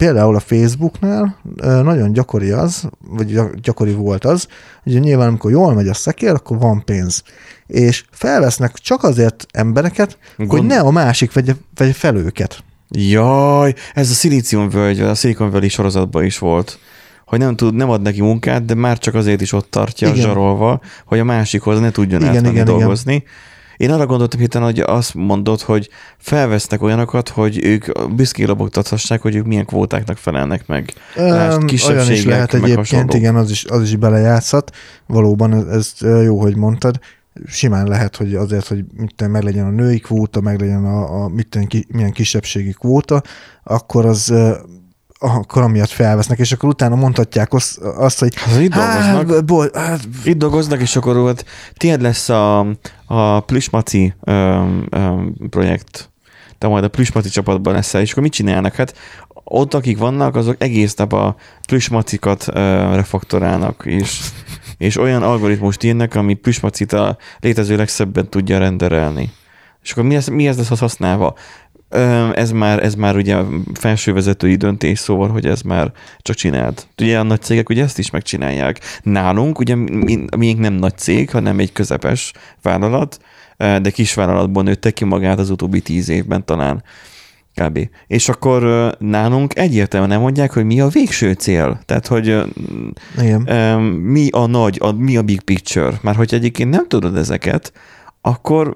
például a Facebooknál nagyon gyakori az, vagy gyakori volt az, hogy nyilván amikor jól megy a szekér, akkor van pénz. És felvesznek csak azért embereket, Gond... hogy ne a másik vegye, vegye fel őket. Jaj, ez a szilíciumvölgy, a szilikonvölgyi sorozatban is volt, hogy nem tud, nem ad neki munkát, de már csak azért is ott tartja igen. zsarolva, hogy a másikhoz ne tudjon igen, átmenni igen, dolgozni. Igen. Én arra gondoltam héten, hogy azt mondod, hogy felvesznek olyanokat, hogy ők büszkén lobogtathassák, hogy ők milyen kvótáknak felelnek meg. Lásd, olyan is lehet egyébként, igen, az is, az is belejátszhat. Valóban ez, ez jó, hogy mondtad. Simán lehet, hogy azért, hogy mit meg legyen a női kvóta, meg legyen a, a mit ki, milyen kisebbségi kvóta, akkor az akkor amiatt felvesznek, és akkor utána mondhatják azt, azt hogy hát, itt dolgoznak, hát, bo- hát, itt dolgoznak, és akkor hát, tiéd lesz a, a Plüsmaci um, um, projekt, de majd a Plüsmaci csapatban leszel, és akkor mit csinálnak? Hát ott, akik vannak, azok egész nap a Plüsmacikat uh, refaktorálnak, és, és olyan algoritmust írnak, ami Plüsmacit a létező legszebben tudja renderelni. És akkor mi ez, mi ez lesz használva? Ez már, ez már ugye felsővezetői döntés, szóval, hogy ez már csak csinált. Ugye a nagy cégek ugye ezt is megcsinálják. Nálunk ugye miénk nem nagy cég, hanem egy közepes vállalat, de kis vállalatban nőtte ki magát az utóbbi tíz évben talán. Kb. És akkor nálunk egyértelműen nem mondják, hogy mi a végső cél. Tehát, hogy igen. mi a nagy, a, mi a big picture. Már hogy egyébként nem tudod ezeket, akkor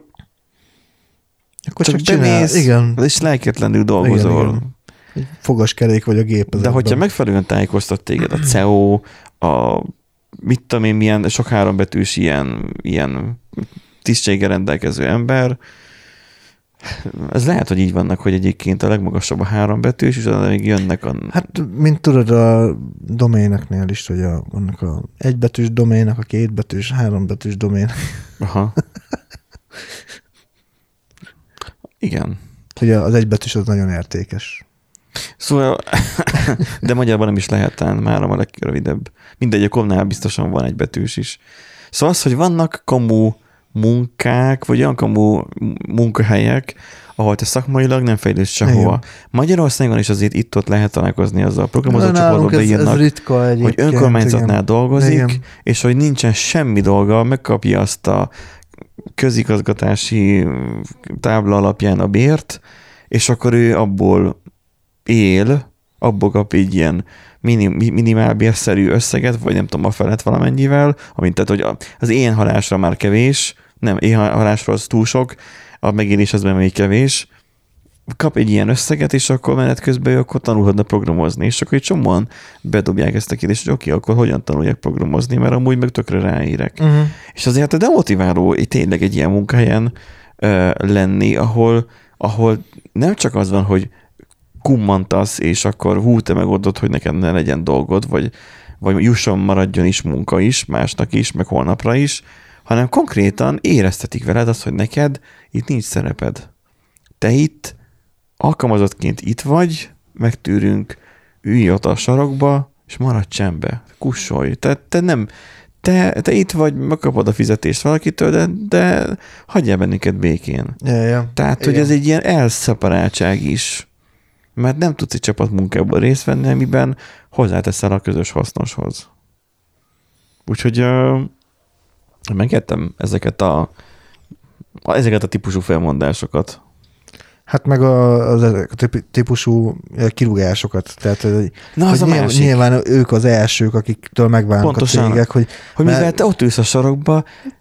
Akkor csak, csak bemész, igen. és lelketlenül dolgozol. Igen, igen. Fogaskerék vagy a gép. De hogyha megfelelően tájékoztat téged a cé e o, a mit tudom én, milyen sok hárombetűs ilyen, ilyen tisztséggel rendelkező ember, ez lehet, hogy így vannak, hogy egyébként a legmagasabb a hárombetűs, és utána még jönnek a... Hát, mint tudod, a doméneknél is, hogy a, vannak a egybetűs domének, a kétbetűs, hárombetűs domének. Aha. Igen. Hogy az egybetűs az nagyon értékes. Szóval, de magyarban nem is lehet talán már a legrövidebb. Mindegy, a komnál biztosan van egybetűs is. Szóval az, hogy vannak kamu munkák, vagy olyan kamu munkahelyek, ahol te szakmailag nem fejlődsz sehova. Magyarországon is azért itt-ott lehet találkozni azzal a programozó csoportba beírnak, hogy önkormányzatnál igen. dolgozik, igen. és hogy nincsen semmi dolga, megkapja azt a közigazgatási tábla alapján a bért, és akkor ő abból él, abból kap egy ilyen minim, minimálbérszerű összeget, vagy nem tudom, a felett valamennyivel, amint tehát, hogy az éhhalásra már kevés, nem, éhhalásra az túl sok, a megélés az még kevés, kap egy ilyen összeget, és akkor menet közben ő akkor tanulhatna programozni, és akkor egy csomóan bedobják ezt a kérdést, hogy oké, okay, akkor hogyan tanulják programozni, mert amúgy meg tökre ráírek. Uh-huh. És azért a demotiváló tényleg egy ilyen munkahelyen uh, lenni, ahol, ahol nem csak az van, hogy kummantasz, és akkor hú, te megoldod, hogy neked ne legyen dolgod, vagy, vagy jusson, maradjon is munka is, másnak is, meg holnapra is, hanem konkrétan éreztetik veled azt, hogy neked itt nincs szereped. Te itt alkalmazottként itt vagy, megtűrünk, ülj ott a sarokba, és maradj csendbe, kussolj. Te, te nem, te, te itt vagy, megkapod a fizetést valakitől, de, de hagyjál bennünket békén. Ja, ja. Tehát, igen. hogy ez egy ilyen elszeparáltság is, mert nem tudsz egy csapatmunkában részt venni, amiben hozzáteszel a közös hasznoshoz. Úgyhogy uh, megértem ezeket a, ezeket a típusú felmondásokat. Hát meg a, az a típusú kirúgásokat. Tehát, hogy, Na, az hogy a nyilván, másik. nyilván ők az elsők, akiktől megválnak pontosan, a cégek. Hogy, hogy mivel te ott ülsz a sarokba,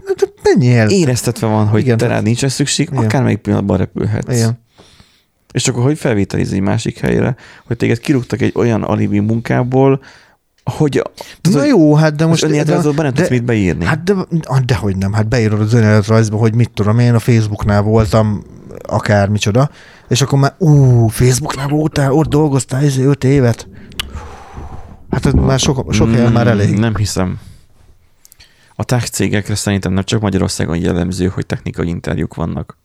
éreztetve van, hogy igen, te rád nincs szükség, igen. akármelyik pillanatban repülhetsz. Igen. És akkor hogy felvételiz egy másik helyre, hogy téged kirúgtak egy olyan alibi munkából, hogy... Tudod, na jó, hát de most... most önéletrajzban nem tudsz mit beírni. Hát de, dehogy nem, hát beírod az önéletrajzban, hogy mit tudom, én a Facebooknál voltam, akár micsoda, és akkor már, ú, Facebooknál voltál, ott dolgoztál ezért öt évet. Hát ez már sok, sok helyen már elég. Nem hiszem. A tech cégekre szerintem nem csak Magyarországon jellemző, hogy technikai interjúk vannak.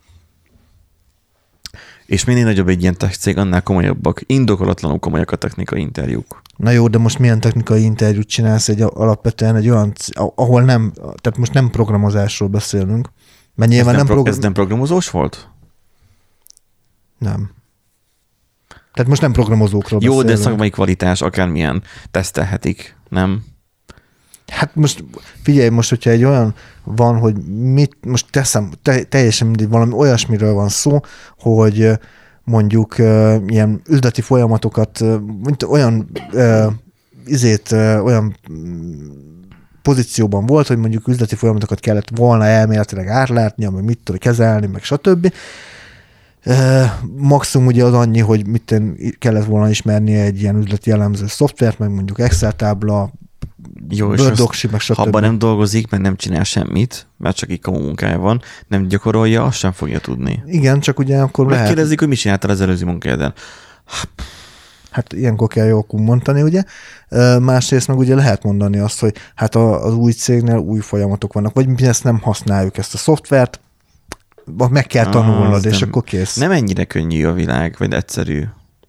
És minél nagyobb egy ilyen tech cég, annál komolyabbak, indokolatlanul komolyak a technikai interjúk. Na jó, de most milyen technikai interjút csinálsz egy alapvetően egy olyan, ahol nem, tehát most nem programozásról beszélünk. Mert nyilván ez, nem nem, pro, program... ez nem programozós volt? Nem. Tehát most nem programozókról Jó, beszélünk. de szakmai kvalitás akármilyen tesztelhetik, nem? Hát most figyelj, most, hogyha egy olyan van, hogy mit, most teszem, te, teljesen mindegy, valami olyasmiről van szó, hogy mondjuk uh, ilyen üzleti folyamatokat, uh, mint olyan uh, izét, uh, olyan pozícióban volt, hogy mondjuk üzleti folyamatokat kellett volna elméletileg átlátnia, meg mit tudni kezelni, meg stb. Uh, maximum ugye az annyi, hogy mit kellett volna ismernie egy ilyen üzleti elemző szoftvert, meg mondjuk Excel tábla, Jó, és azt, ha abban nem dolgozik, meg nem csinál semmit, mert csak így kamu munkája van, nem gyakorolja, azt sem fogja tudni. Igen, csak ugye akkor lehet... Megkérdezik, hogy mit csináltál az előző munkájában. Hát ilyenkor kell jól mondani, ugye. Másrészt meg ugye lehet mondani azt, hogy hát az új cégnél új folyamatok vannak, vagy mi ezt nem használjuk, ezt a szoftvert, meg kell tanulnod, ah, és nem, akkor kész. Nem ennyire könnyű a világ, vagy egyszerű.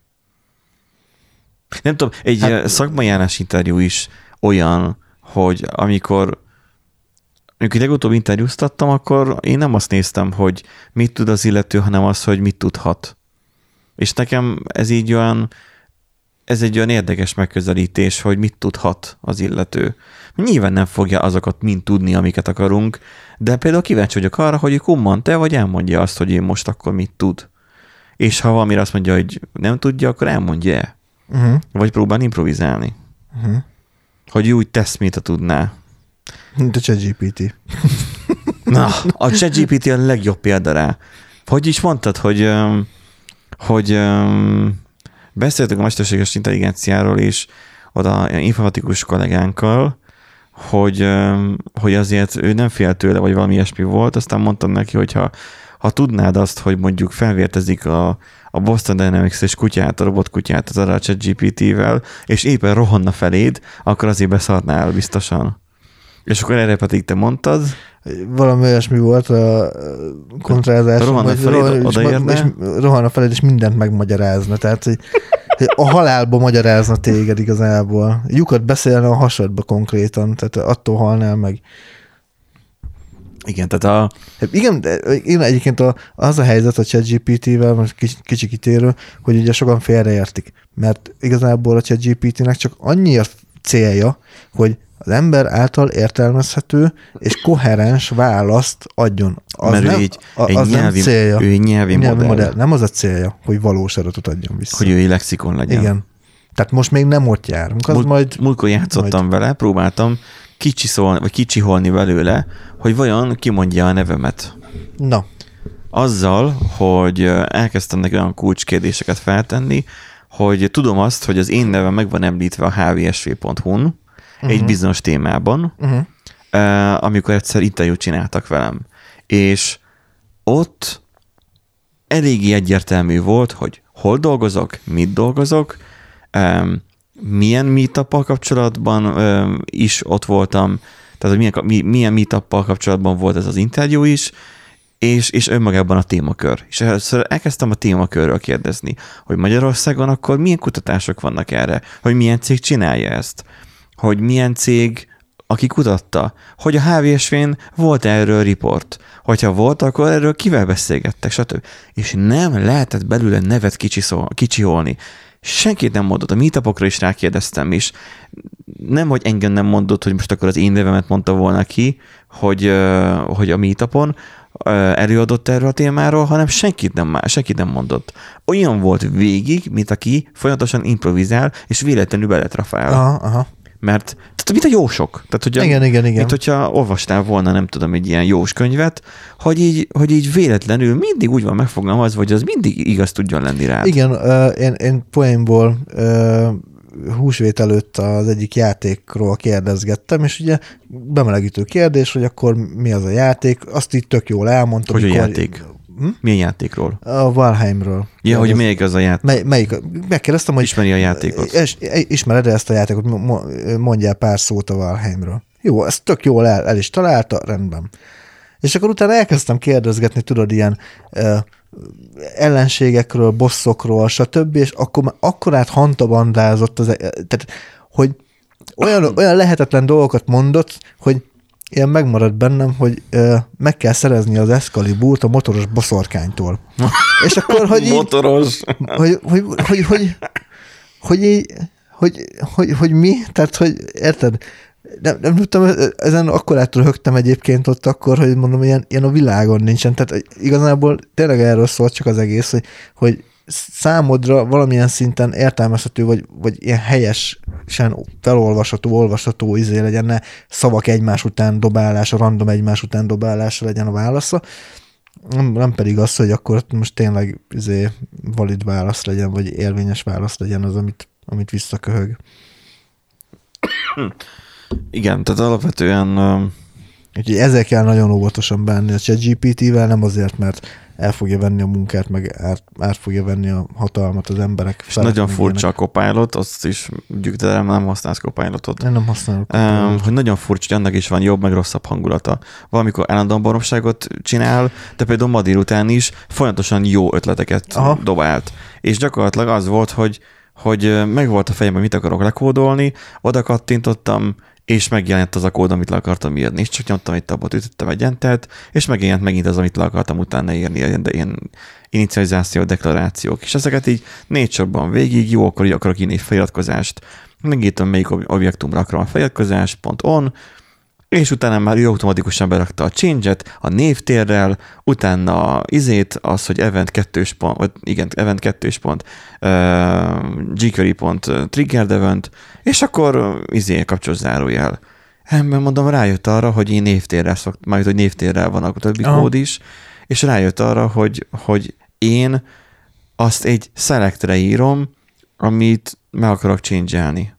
Nem tudom, egy hát, szakmai állásinterjú is olyan, hogy amikor, amikor legutóbb interjúztattam, akkor én nem azt néztem, hogy mit tud az illető, hanem azt, hogy mit tudhat. És nekem ez így olyan, ez egy olyan érdekes megközelítés, hogy mit tudhat az illető. Nyilván nem fogja azokat mind tudni, amiket akarunk, de például kíváncsi vagyok arra, hogy ő kummant-e, vagy elmondja azt, hogy én most akkor mit tud. És ha valamire azt mondja, hogy nem tudja, akkor elmondja-e. Uh-huh. Vagy próbál improvizálni. Uh-huh. Hogy ő úgy tesz, mint a tudná. Mint a ChatGPT. Na, a ChatGPT a legjobb példa rá. Hogy is mondtad, hogy, hogy beszéltünk a mesterséges intelligenciáról is oda informatikus kollégánkkal, hogy, hogy azért ő nem fél tőle, vagy valami ilyesmi volt, aztán mondtam neki, hogy ha, ha tudnád azt, hogy mondjuk felvértezik a, a Boston Dynamics-es kutyát, a robotkutyát az arra a ChatGPT-vel, és éppen rohanna feléd, akkor azért beszarnál biztosan. És akkor erre pedig te mondtad. Valami olyasmi volt a kontrázás. Rohanna feléd, odaérne. És rohanna feléd, és mindent megmagyarázna. Tehát, hogy a halálba magyarázna téged igazából. Lyukat beszélne a hasadba konkrétan, tehát attól halnál meg. Igen, tehát a... Igen, én egyébként a, az a helyzet a ChatGPT-vel, most kicsi, kicsi kitérő, hogy ugye sokan félreértik, mert igazából a ChatGPT-nek csak annyi a célja, hogy az ember által értelmezhető és koherens választ adjon. Az mert nem, ő így az egy nem nyelvi, célja. Ő egy nyelvi, nyelvi modell. modell. Nem az a célja, hogy valós adatot adjon vissza. Hogy ő egy lexikon legyen. Igen. Tehát most még nem ott járunk. Az Múlt, majd, múltkor játszottam majd. vele, próbáltam kicsiszolni, vagy kicsiholni belőle, hogy vajon kimondja a nevemet. Na. Azzal, hogy elkezdtem neki olyan kulcskérdéseket feltenni, hogy tudom azt, hogy az én nevem meg van említve a h v s v pont hu-n, uh-huh. egy bizonyos témában, uh-huh. amikor egyszer interjút csináltak velem. És ott eléggé egyértelmű volt, hogy hol dolgozok, mit dolgozok, milyen meetuppal kapcsolatban is ott voltam, tehát hogy milyen, milyen meetuppal kapcsolatban volt ez az interjú is, és, és önmagában a témakör. És először elkezdtem a témakörről kérdezni, hogy Magyarországon akkor milyen kutatások vannak erre, hogy milyen cég csinálja ezt, hogy milyen cég, aki kutatta, hogy a há vé es vé-n volt erről report, hogyha volt, akkor erről kivel beszélgettek, stb. És nem lehetett belőle nevet kicsiszol, kicsiholni. Senkit nem mondott, a meetupokra is rákérdeztem is. Nem, hogy engem nem mondott, hogy most akkor az én nevemet mondta volna ki, hogy, hogy a meetupon előadott erről a témáról, hanem senkit nem, senkit nem mondott. Olyan volt végig, mint aki folyamatosan improvizál, és véletlenül beletrafál. Aha, aha. Mert, tehát mint a jósok. Tehát, hogy igen, a, igen, igen. Mint hogyha olvastál volna, nem tudom, egy ilyen jós könyvet, hogy így, hogy így véletlenül mindig úgy van megfogalmazva, hogy az mindig igaz tudjon lenni rád. Igen, uh, én, én poénból uh, húsvét előtt az egyik játékról kérdezgettem, és ugye bemelegítő kérdés, hogy akkor mi az a játék, azt így tök jól elmondtam. Hogy a játék? Hm? Milyen játékról? A Valheimről. Ja, hogy melyik az a játék? Mely, melyik? Megkérdeztem, hogy... Ismeri a játékot? És, ismered ezt a játékot? Mondjál pár szót a Valheimről. Jó, ezt tök jól el, el is találta, rendben. És akkor utána elkezdtem kérdezgetni, tudod, ilyen uh, ellenségekről, bosszokról, stb., és akkor, akkor át hantabandázott az, tehát, hogy olyan, olyan lehetetlen dolgokat mondott, hogy ilyen megmaradt bennem, hogy ö, meg kell szerezni az Excaliburt a motoros boszorkánytól. És akkor, hogy így, motoros. Hogy, hogy, hogy, hogy, hogy, hogy, így, hogy, hogy, hogy mi? Tehát, hogy érted? Nem, nem tudtam, ezen akkorától högtem egyébként ott akkor, hogy mondom, ilyen, ilyen a világon nincsen. Tehát igazából tényleg erről szólt csak az egész, hogy, hogy számodra valamilyen szinten értelmezhető, vagy, vagy ilyen helyesen felolvasható, olvasható izé legyen, ne szavak egymás után dobálása, random egymás után dobálása legyen a válasza. Nem, nem pedig az, hogy akkor most tényleg izé valid válasz legyen, vagy érvényes válasz legyen az, amit, amit visszaköhög. Igen, tehát alapvetően... Úgyhogy ezzel kell nagyon óvatosan bánni a ChatGPT-vel, nem azért, mert el fogja venni a munkát, meg át, át fogja venni a hatalmat az emberek. És nagyon furcsa a Copilot, azt is mondjuk, de nem, nem használsz Copilotot. Én nem használok. Um, hogy nagyon furcsa, hogy annak is van jobb, meg rosszabb hangulata. Valamikor állandóan baromságot csinál, de például ma délután is folyamatosan jó ötleteket Aha. dobált. És gyakorlatilag az volt, hogy, hogy meg volt a fejemben, mit akarok lekódolni, oda kattintottam, és megjelent az a kód, amit le akartam írni, és csak nyomtam egy tabot, ütöttem egy entert, és megjelent megint az, amit le akartam utána írni, de ilyen inicializáció, deklarációk. És ezeket így négy sorban végig, jó, akkor így akarok írni egy feliratkozást, megírtam, melyik objektumra akarom a feliratkozást, pont on, és utána már ő automatikusan berakta a change-et a névtérrel, utána izét, az, hogy event kettős pont, vagy igen, event kettős pont, uh, jQuery pont triggered event, és akkor izé kapcsolat zárójel. Ember mondom, rájött arra, hogy én névtérrel szokt, majd hogy névtérrel van a többi Aha. kód is, és rájött arra, hogy, hogy én azt egy selectre írom, amit meg akarok change-elni.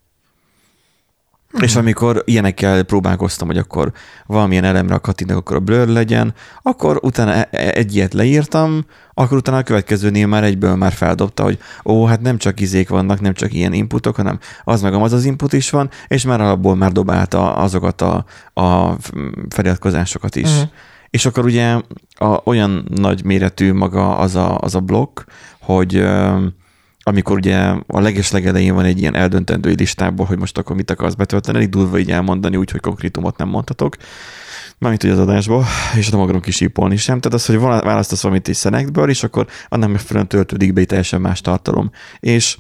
Uh-huh. És amikor ilyenekkel próbálkoztam, hogy akkor valamilyen elemre kattintok, akkor a blur legyen, akkor utána egy ilyet leírtam, akkor utána a következőnél már egyből már feldobta, hogy ó, hát nem csak izék vannak, nem csak ilyen inputok, hanem az meg az az input is van, és már alapból már dobálta azokat a, a feliratkozásokat is. Uh-huh. És akkor ugye a, olyan nagy méretű maga az a, az a blokk, hogy amikor ugye a leges-legelején van egy ilyen eldöntendő listából, hogy most akkor mit akarsz betölteni, elég durva így elmondani, úgyhogy konkrétumot nem mondhatok, mármint ugye az adásból, és nem akarunk kisípolni sem. Tehát az, hogy választasz valamit egy selectből, és akkor annak megfelelően töltődik be egy teljesen más tartalom. És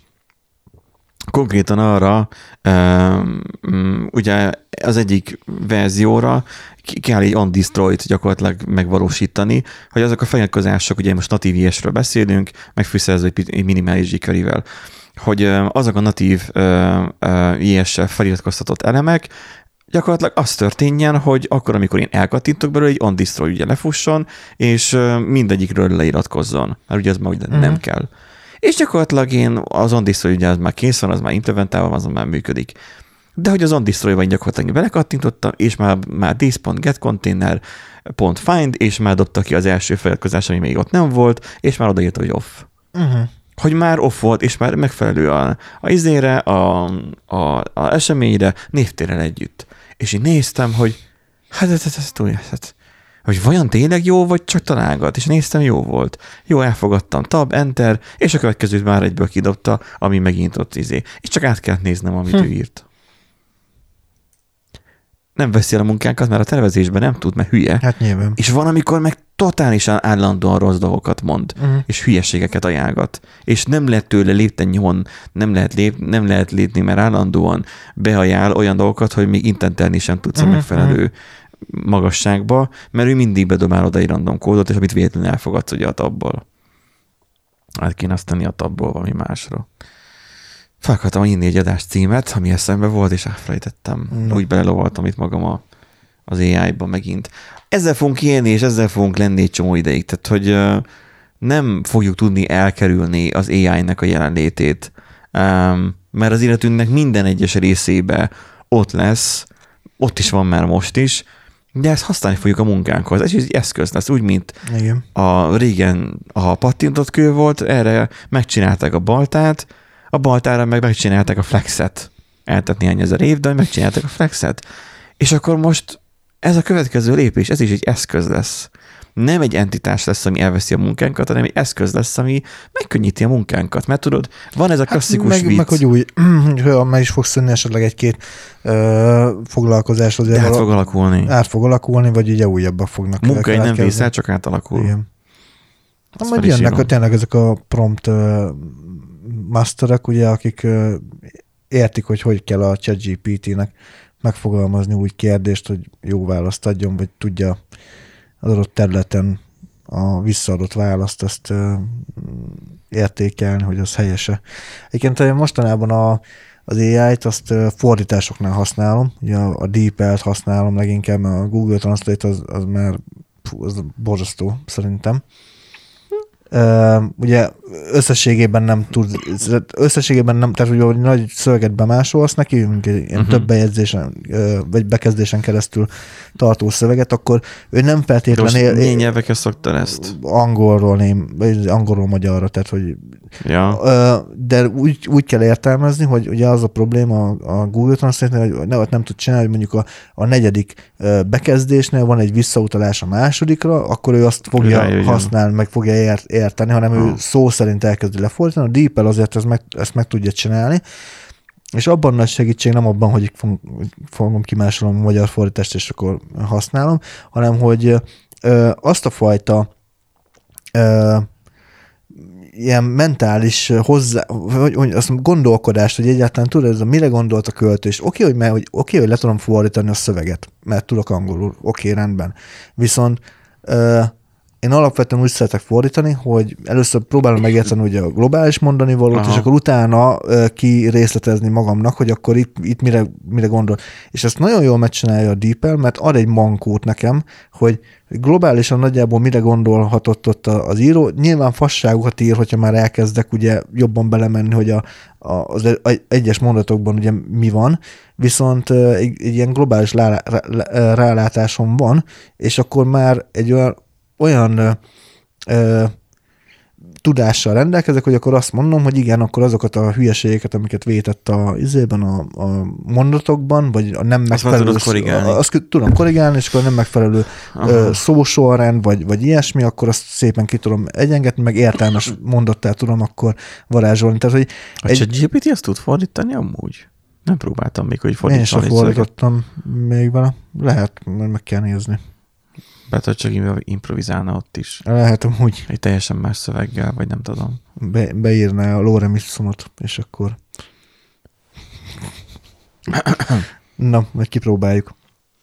konkrétan arra um, ugye az egyik verzióra kell egy on-destroy-t gyakorlatilag megvalósítani, hogy azok a feliratkozások, ugye most natív i es-ről beszélünk, megfűszerezve egy minimális jQuery-vel, hogy azok a natív uh, uh, i es-sel feliratkoztatott elemek gyakorlatilag az történjen, hogy akkor, amikor én elkattintok belőle, egy on-destroy ugye lefusson, és uh, mindegyikről leiratkozzon. Mert ugye az már ugye mm. nem kell. És gyakorlatilag én az on-destroy ugye az már kész van, az már implementálva, az már működik. De hogy az on-destroy-ban gyakorlatilag belekattintottam, és már, már this.getContainer.find, és már dobta ki az első feliratkozás, ami még ott nem volt, és már odaírta, hogy off. Uh-huh. Hogy már off volt, és már megfelelő a, a izére, a, a, a eseményre, névtérrel együtt. És én néztem, hogy hát ez, ez, ez, ez, ez hogy vajon tényleg jó, vagy csak találgat, és néztem, jó volt. Jó, elfogadtam, tab, enter, és a következőt már egyből kidobta, ami megint ott izé. És csak át kellett néznem, amit hm. ő írt. Nem veszi el a munkánkat, mert a tervezésben nem tud, mert hülye. Hát nyilván. És van, amikor meg totálisan állandóan rossz dolgokat mond, uh-huh. és hülyeségeket ajánlgat. És nem lehet tőle lépten nyomon, nem lehet, lép, nem lehet lépni, mert állandóan beajánl olyan dolgokat, hogy még intentelni sem tudsz uh-huh. a megfelelő magasságba, mert ő mindig bedobál oda egy random kódot, és amit véletlenül elfogadsz ugye a tabból. Hát kéne azt tenni a tabból valami másra. Fel akartam írni egy adás címet, ami eszembe volt, és elfelejtettem. No. Úgy belelovaltam itt magam a, az á í-ba megint. Ezzel fogunk élni, és ezzel fogunk lenni egy csomó ideig. Tehát, hogy uh, nem fogjuk tudni elkerülni az á í-nek a jelenlétét, um, mert az életünknek minden egyes részébe ott lesz, ott is van már most is, de ezt használni fogjuk a munkánkhoz. Ez egy eszköz lesz, úgy, mint Igen. a régen a pattintott kő volt, erre megcsinálták a baltát, a baltára meg megcsinálták a flexet. Eltett néhány ezer év, de megcsinálták a flexet. És akkor most ez a következő lépés, ez is egy eszköz lesz. nem egy entitás lesz, ami elveszi a munkánkat, hanem egy eszköz lesz, ami megkönnyíti a munkánkat. Mert tudod, van ez a klasszikus hát meg, vicc. meg, hogy úgy, hogy meg is fogsz szünni esetleg egy-két ö, foglalkozáshoz. De át fog alakulni. Át fog alakulni, vagy ugye újabbak fognak. Munkai nem vészel, csak átalakul. Igen. Na, majd jönnek a, tényleg ezek a prompt uh, masterek, ugye, akik uh, értik, hogy hogy kell a ChatGPT-nek megfogalmazni úgy kérdést, hogy jó választ adjon, vagy tudja az adott területen a visszaadott választ azt uh, értékelni, hogy az helyese. Egyébként mostanában a, az á í-t azt uh, fordításoknál használom, ugye a, a DeepL-t használom leginkább, mert a Google Translate az, az már fú, az borzasztó szerintem. Uh, ugye összességében nem tud, összességében nem, tehát ugye, hogy nagy szöveget bemásolsz neki, ilyen uh-huh. több bejegyzésen, uh, vagy bekezdésen keresztül tartó szöveget, akkor ő nem feltétlenül... De most milyen nyelvekkel szoktad ezt? Angolról, ném, vagy angolról magyarra, tehát hogy... Ja. Uh, de úgy, úgy kell értelmezni, hogy ugye az a probléma a, a Google Translate-nél, hogy ne, nem tud csinálni, hogy mondjuk a, a negyedik uh, bekezdésnél van egy visszautalás a másodikra, akkor ő azt fogja Rájöjjön. használni, meg fogja ért, érteni, hanem oh. ő szó szerint elkezdi lefordítani. A DeepL azért ezt meg, ezt meg tudja csinálni, és abban nagy segítség nem abban, hogy fogom kimásolom a magyar fordítást, és akkor használom, hanem hogy ö, azt a fajta ö, ilyen mentális hozzá, vagy, vagy azt gondolkodást, hogy egyáltalán tudod, ez a mire gondolt a költő, és oké, hogy, hogy, oké, hogy le tudom fordítani a szöveget, mert tudok angolul, oké, rendben. Viszont ö, én alapvetően úgy szeretek fordítani, hogy először próbálom megérteni ugye a globális mondani valót, Aha. és akkor utána uh, kirészletezni magamnak, hogy akkor itt, itt mire, mire gondol. És ezt nagyon jól megcsinálja a DeepL, mert ad egy mankót nekem, hogy globálisan nagyjából mire gondolhatott ott az író. Nyilván fasságokat ír, hogyha már elkezdek ugye jobban belemenni, hogy a, a, az egyes mondatokban ugye mi van, viszont uh, egy, egy ilyen globális rá, rá, rálátásom van, és akkor már egy olyan olyan ö, ö, tudással rendelkezek, hogy akkor azt mondom, hogy igen, akkor azokat a hülyeségeket, amiket vétett a izében, a, a mondatokban, vagy a nem megfelelő... Azt korrigálni. Azt tudom korrigálni, és akkor a nem megfelelő ö, szósorrend, vagy, vagy ilyesmi, akkor azt szépen ki tudom egyengetni, meg értelmes mondattá tudom akkor varázsolni. Tehát, hogy a egy... ChatGPT azt tud fordítani amúgy? Nem próbáltam még, hogy fordítsam. Én sem fordítottam még vele. Lehet, mert meg kell nézni. Lehet, hogy csak improvizálna ott is. Lehet amúgy. Egy teljesen más szöveggel, vagy nem tudom. Be, beírná a Lorem Ipsumot, és akkor... Na, majd kipróbáljuk.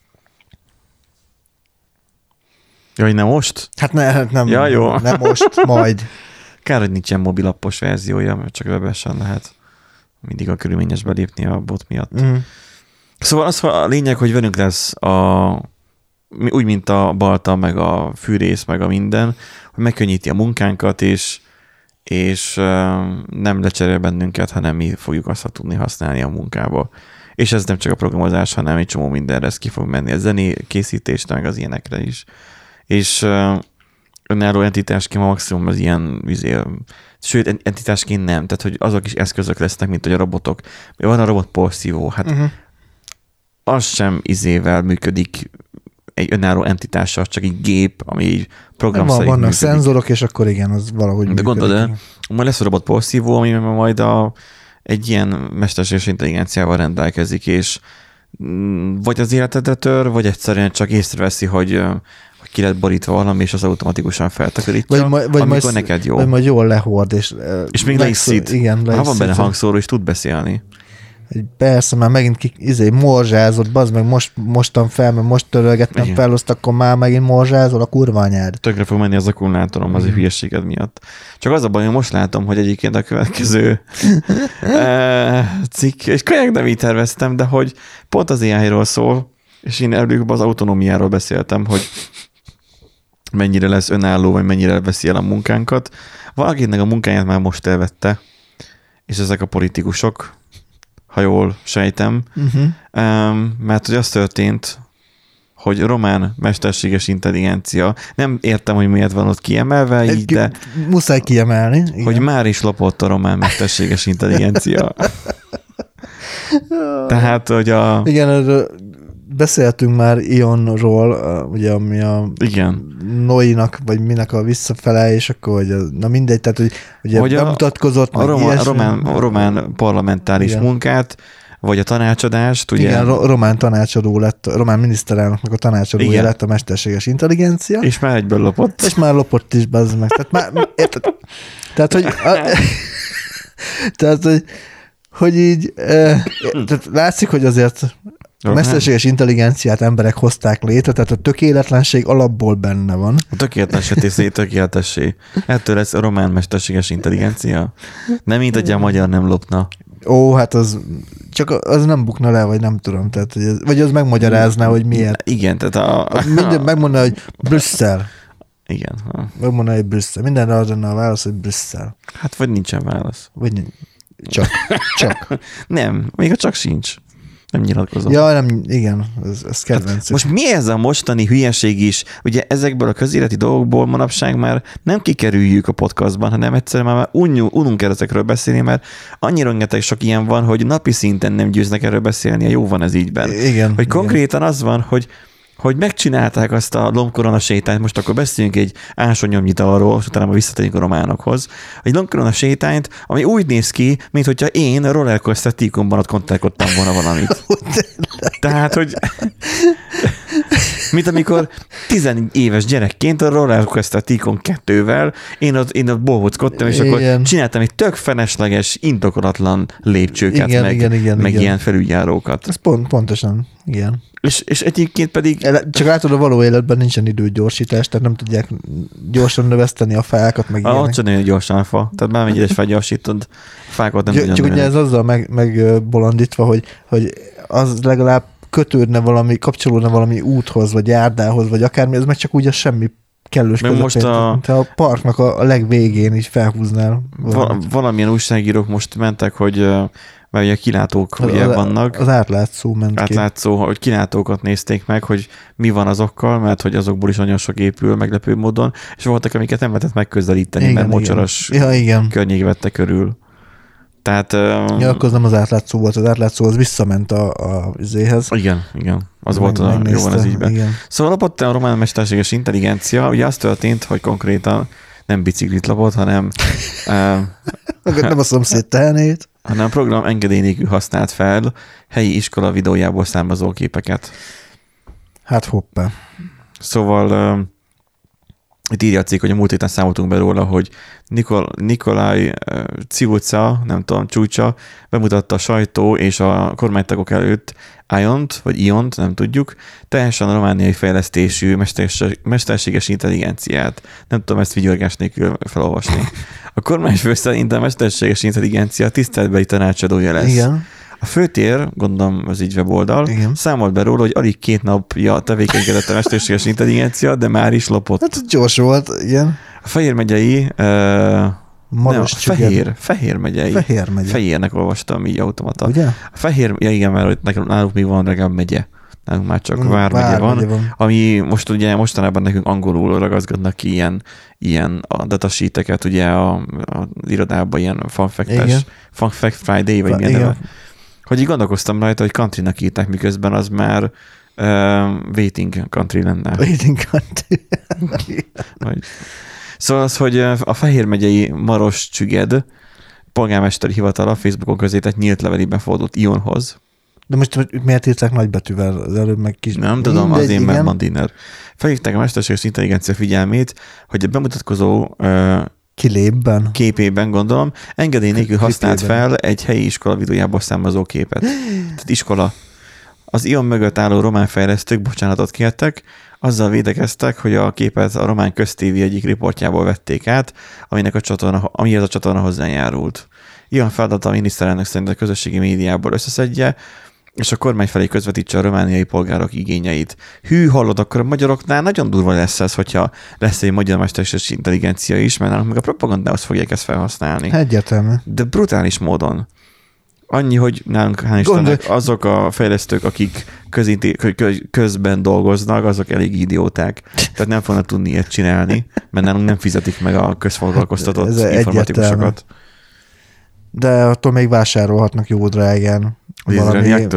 Jaj, nem most? Hát ne, hát nem, ja, jó. nem most, majd. Kár, hogy nincsen mobilappos verziója, mert csak webesen lehet mindig a körülményes belépni a bot miatt. Mm. Szóval az a lényeg, hogy velünk lesz a úgy, mint a balta, meg a fűrész, meg a minden, hogy megkönnyíti a munkánkat, és, és nem lecserél bennünket, hanem mi fogjuk azt tudni használni a munkába. És ez nem csak a programozás, hanem egy csomó mindenre ez ki fog menni, a zené készítésre, meg az ilyenekre is. És önálló entitásként maximum az ilyen vizé, sőt, entitásként nem, tehát hogy azok is eszközök lesznek, mint hogy a robotok. Van a robot porszívó, hát uh-huh. az sem izével működik egy önálló entitással, csak egy gép, ami így program van, szerint vannak működik. Szenzorok, és akkor igen, az valahogy De működik. gondolod el, majd lesz a robot porszívó, ami majd a, egy ilyen mesterséges intelligenciával rendelkezik, és vagy az életedre tör, vagy egyszerűen csak észreveszi, hogy, hogy ki lett borítva valami, és az automatikusan feltakarítja, vagy, vagy amikor majd, neked jó. Vagy majd jól lehord, és... És még le is szít. Igen, le ha is van benne szít. hangszóró, és tud beszélni. Persze, már megint ki, izé, morzsázott, bazd meg, most, mostan fel, mert most törölgettem Igen. fel, azt akkor már megint morzsázol a kurva anyád. Tökre fog menni az akkumulátorom az mm. hülyeséged miatt. Csak az a baj, hogy most látom, hogy egyébként a következő e, cikk, és kölyeg nem így terveztem, de hogy pont az á í-ról szól, és én előbb az autonómiáról beszéltem, hogy mennyire lesz önálló, vagy mennyire veszi el a munkánkat. Valakinek a munkáját már most elvette, és ezek a politikusok, ha jól sejtem, uh-huh. um, mert hogy az történt, hogy román mesterséges intelligencia, nem értem, hogy miért van ott kiemelve, így, de muszáj kiemelni. Igen. Hogy már is lopott a román mesterséges intelligencia. Tehát, hogy a... Igen, beszéltünk már Ionról, ugye ami a Igen. Noinak, vagy minek a visszafele, és akkor, hogy a, na mindegy, tehát hogy ugye hogy bemutatkozott, a, a román, román, a román parlamentáris igen. munkát, vagy a tanácsadást, ugye? Igen, ro- román tanácsadó lett, a román miniszterelnöknek a tanácsadója igen. lett a mesterséges intelligencia. És már egyből lopott. És már lopott is, bazd meg. Tehát, már, érted? Tehát, hogy... A, tehát, hogy, hogy így... E, tehát látszik, hogy azért a mesterséges intelligenciát emberek hozták létre, tehát a tökéletlenség alapból benne van. A tökéletlenség tészé tökéletessé. Ettől lesz a román mesterséges intelligencia. Nem mint, hogy a magyar nem lopna. Ó, hát az csak az nem bukna le, vagy nem tudom. Tehát, hogy ez, vagy az megmagyarázná, hogy miért. Igen, tehát a... Minden megmondja, hogy Brüsszel. Igen. Megmondja, hogy Brüsszel. Mindenre az lenne a válasz, hogy Brüsszel. Hát vagy nincsen válasz. Vagy nincs. Csak. Csak. Nem, még a csak sincs. Nem nyilatkozom. Ja, nem, igen, ez, ez kedvenc. Hát most mi ez a mostani hülyeség is? Ugye ezekből a közéleti dolgokból manapság már nem kikerüljük a podcastban, hanem egyszerűen már ununk el ezekről beszélni, mert annyira rengeteg sok ilyen van, hogy napi szinten nem győznek erről beszélni, jó van ez ígyben. Igen. Hogy konkrétan igen. az van, hogy hogy megcsinálták azt a lombkorona sétányt, most akkor beszéljünk egy ásonyomnyit arról, és utána visszatérünk a románokhoz, egy lombkorona sétányt, ami úgy néz ki, mint hogyha én a rollercoaster tíkumban ott kontaktottam volna valamit. Tehát, hogy mint amikor tizenéves gyerekként a rollercoaster tíkon kettővel én ott, én ott bohóckodtam, és igen. akkor csináltam egy tök felesleges, indokolatlan lépcsőket, igen, meg, igen, igen, meg igen. ilyen felüljárókat. Ez pont, pontosan, igen. És, és egyébként pedig... Csak látod, a való életben nincsen időgyorsítás, tehát nem tudják gyorsan növeszteni a fákat, meg ilyenek. Ott sem nagyon gyorsan a fa. Tehát bármennyire is felgyorsítod, a fákat nem tudják. Csak ugye ez azzal meg, megbolondítva, hogy, hogy az legalább kötődne valami, kapcsolódna valami úthoz, vagy járdához, vagy akármi, ez meg csak úgy a semmi kellős közepén. Most a... Te a parknak a legvégén is felhúznál. Val- valamilyen újságírók most mentek, hogy mert ugye kilátók az, ugye az, vannak. Az átlátszó ment Átlátszó, ki. hogy kilátókat nézték meg, hogy mi van azokkal, mert hogy azokból is nagyon sok épül meglepő módon, és voltak, amiket nem lehetett megközelíteni, igen, mert mocsaras ja, igen. környék vette körül. Tehát... Ja, akkor nem az átlátszó volt, az átlátszó az visszament a, a izéhez. Igen, igen. Az meg, volt a jó van az ígyben. Igen. Szóval lopott a román mesterséges intelligencia, ugye az történt, hogy konkrétan nem biciklit lopott, hanem... nem a szomszéd tehenét. hanem a program engedély nélkül használt fel helyi iskola videójából származó képeket. Hát hoppá. Szóval uh, itt írja a cikk, hogy a múlt héten számoltunk be róla, hogy Nikol, Nikolaj uh, Ciuca, nem tudom, Csúcsa, bemutatta a sajtó és a kormánytagok előtt Iont, vagy Iont, nem tudjuk, teljesen a romániai fejlesztésű mesterséges intelligenciát. Nem tudom ezt vigyorgás nélkül felolvasni. A kormányfő szerint a mesterséges intelligencia tiszteletbeli tanácsadója lesz. Igen. A főtér, gondolom az így weboldal, igen. számolt be róla, hogy alig két napja tevékenykedett a mesterséges intelligencia, de már is lopott. Hát gyors volt, igen. A Fehér megyei... Uh, Maros nem, Fehér, Fehér megyei. Fehér megye. Fehérnek olvastam így automata. Ugye? A Fehér, ja igen, mert náluk még van legalább megye. Nálunk már csak mm, Vármegye van, van, ami most ugye mostanában nekünk angolul ragaszkodnak ki ilyen, ilyen a datasheeteket, ugye a, a irodában ilyen fun fact-es, fun fact Friday, vagy milyen neve. Hogy így gondolkoztam rajta, hogy countrynak írták, miközben az már uh, waiting country lenne. Waiting country. vagy, Szóval az, hogy a Fehér megyei Maros Csüged polgármesteri hivatala Facebookon közé tett nyílt levelében fordult Ionhoz. De most miért írták nagybetűvel az előbb meg kis... Nem tudom, az én mert van dinner. Felhívták a mesterséges intelligencia figyelmét, hogy a bemutatkozó uh, kilépben, képében, gondolom, engedély nélkül használt fel egy helyi iskola videójából származó képet. Tehát iskola. Az Ion mögött álló román fejlesztők bocsánatot kértek, azzal védekeztek, hogy a képet a román köztévé egyik riportjából vették át, aminek a csatorna, amihez a csatorna hozzájárult. Ion feladata a miniszterelnök szerint a közösségi médiából összeszedje, és a kormány felé közvetítse a romániai polgárok igényeit. Hű, hallod, akkor a magyaroknál nagyon durva lesz ez, hogyha lesz egy magyar mesterséges intelligencia is, mert nálunk meg a propagandához fogják ezt felhasználni. Egyértelmű. De brutális módon. Annyi, hogy nálunk hál' Istennek azok a fejlesztők, akik közinti, közben dolgoznak, azok elég idióták. Tehát nem fognak tudni ilyet csinálni, mert nálunk nem fizetik meg a közfoglalkoztatott hát informatikusokat. De attól még vásárolhatnak jó drágán. Az izraeliektől?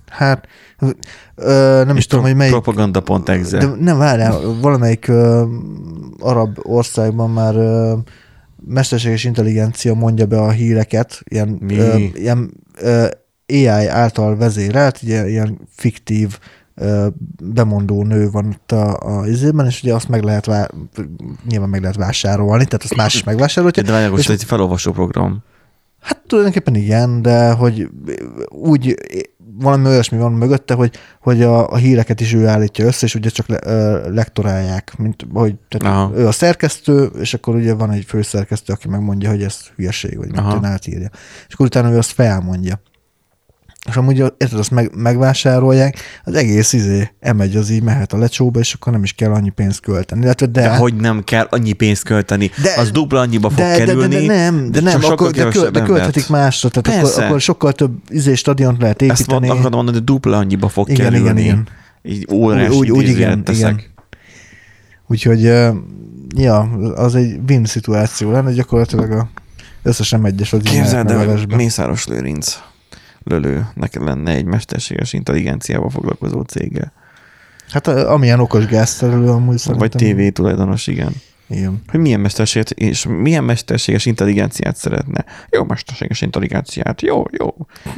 Hát ö, nem is tudom, hogy melyik... propaganda pont exe. De nem, várjál, valamelyik ö, arab országban már ö, mesterséges intelligencia mondja be a híreket, ilyen, ö, ilyen ö, á i által vezérelt, ilyen, ilyen fiktív ö, bemondó nő van itt a, a izében, és ugye azt meg lehet, vá- nyilván meg lehet vásárolni, tehát azt más is megvásárolja. De várjál, most egy felolvasó program. Hát tulajdonképpen igen, de hogy úgy valami olyasmi van mögötte, hogy, hogy a, a híreket is ő állítja össze, és ugye csak le, ö, lektorálják, mint hogy tehát ő a szerkesztő, és akkor ugye van egy főszerkesztő, aki megmondja, hogy ez hülyeség, vagy mit átírja. És akkor utána ő azt felmondja. És amúgy érted, azt meg, megvásárolják, az egész izé emegy, az így mehet a lecsóba, és akkor nem is kell annyi pénzt költeni. De, de, de hogy nem kell annyi pénzt költeni? De, az dupla annyiba fog de, kerülni. De, de, de nem, de, nem akkor, de, köl, de költhetik másra, tehát akkor, akkor sokkal több izé stadiont lehet építeni. Ezt akarom mondani, hogy dupla annyiba fog igen, kerülni. Igen, igen, így óriási úgy, úgy igen, igen. Úgyhogy ja, az egy win szituáció lenne, gyakorlatilag a összesen egyes az képzeld el, hogy Mészáros Lőrinc lölő, neked lenne egy mesterséges intelligenciával foglalkozó cége. Hát amilyen okos gázszerelő amúgy szerintem. Vagy tévé tulajdonos, igen. Igen. Hogy milyen mesterséges, és milyen mesterséges intelligenciát szeretne. Jó mesterséges intelligenciát, jó, jó.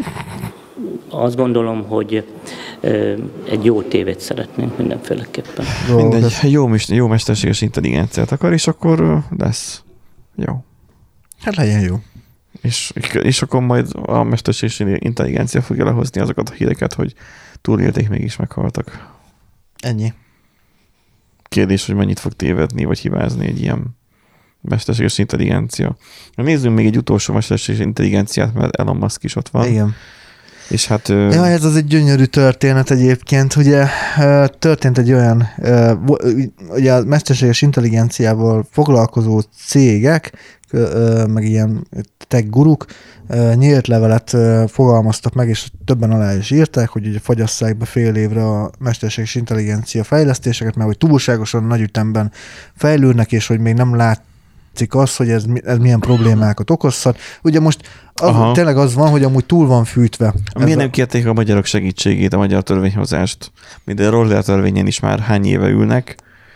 Azt gondolom, hogy egy jó tévét szeretnénk mindenféleképpen. Mindegy, jó, jó mesterséges intelligenciát akar, és akkor lesz. Jó. Hát legyen jó. És, és akkor majd a mesterséges intelligencia fogja lehozni azokat a híreket, hogy túlélték, mégis meghaltak. Ennyi. Kérdés, hogy mennyit fog tévedni, vagy hibázni egy ilyen mesterséges intelligencia. Nézzünk még egy utolsó mesterséges intelligenciát, mert Elon Musk is ott van. Igen. És hát... Ja, ez az egy gyönyörű történet egyébként. Ugye történt egy olyan, ugye a mesterséges intelligenciával foglalkozó cégek, meg ilyen tech guruk nyílt levelet fogalmaztak meg, és többen alá is írták, hogy ugye fogyasszák be fél évre a mesterséges intelligencia fejlesztéseket, mert hogy túlságosan nagy ütemben fejlődnek, és hogy még nem látszik az, hogy ez, ez milyen problémákat okozhat. Ugye most az, tényleg az van, hogy amúgy túl van fűtve. Miért nem kérték a magyarok segítségét, a magyar törvényhozást? Minden roller törvényen is már hány éve ülnek,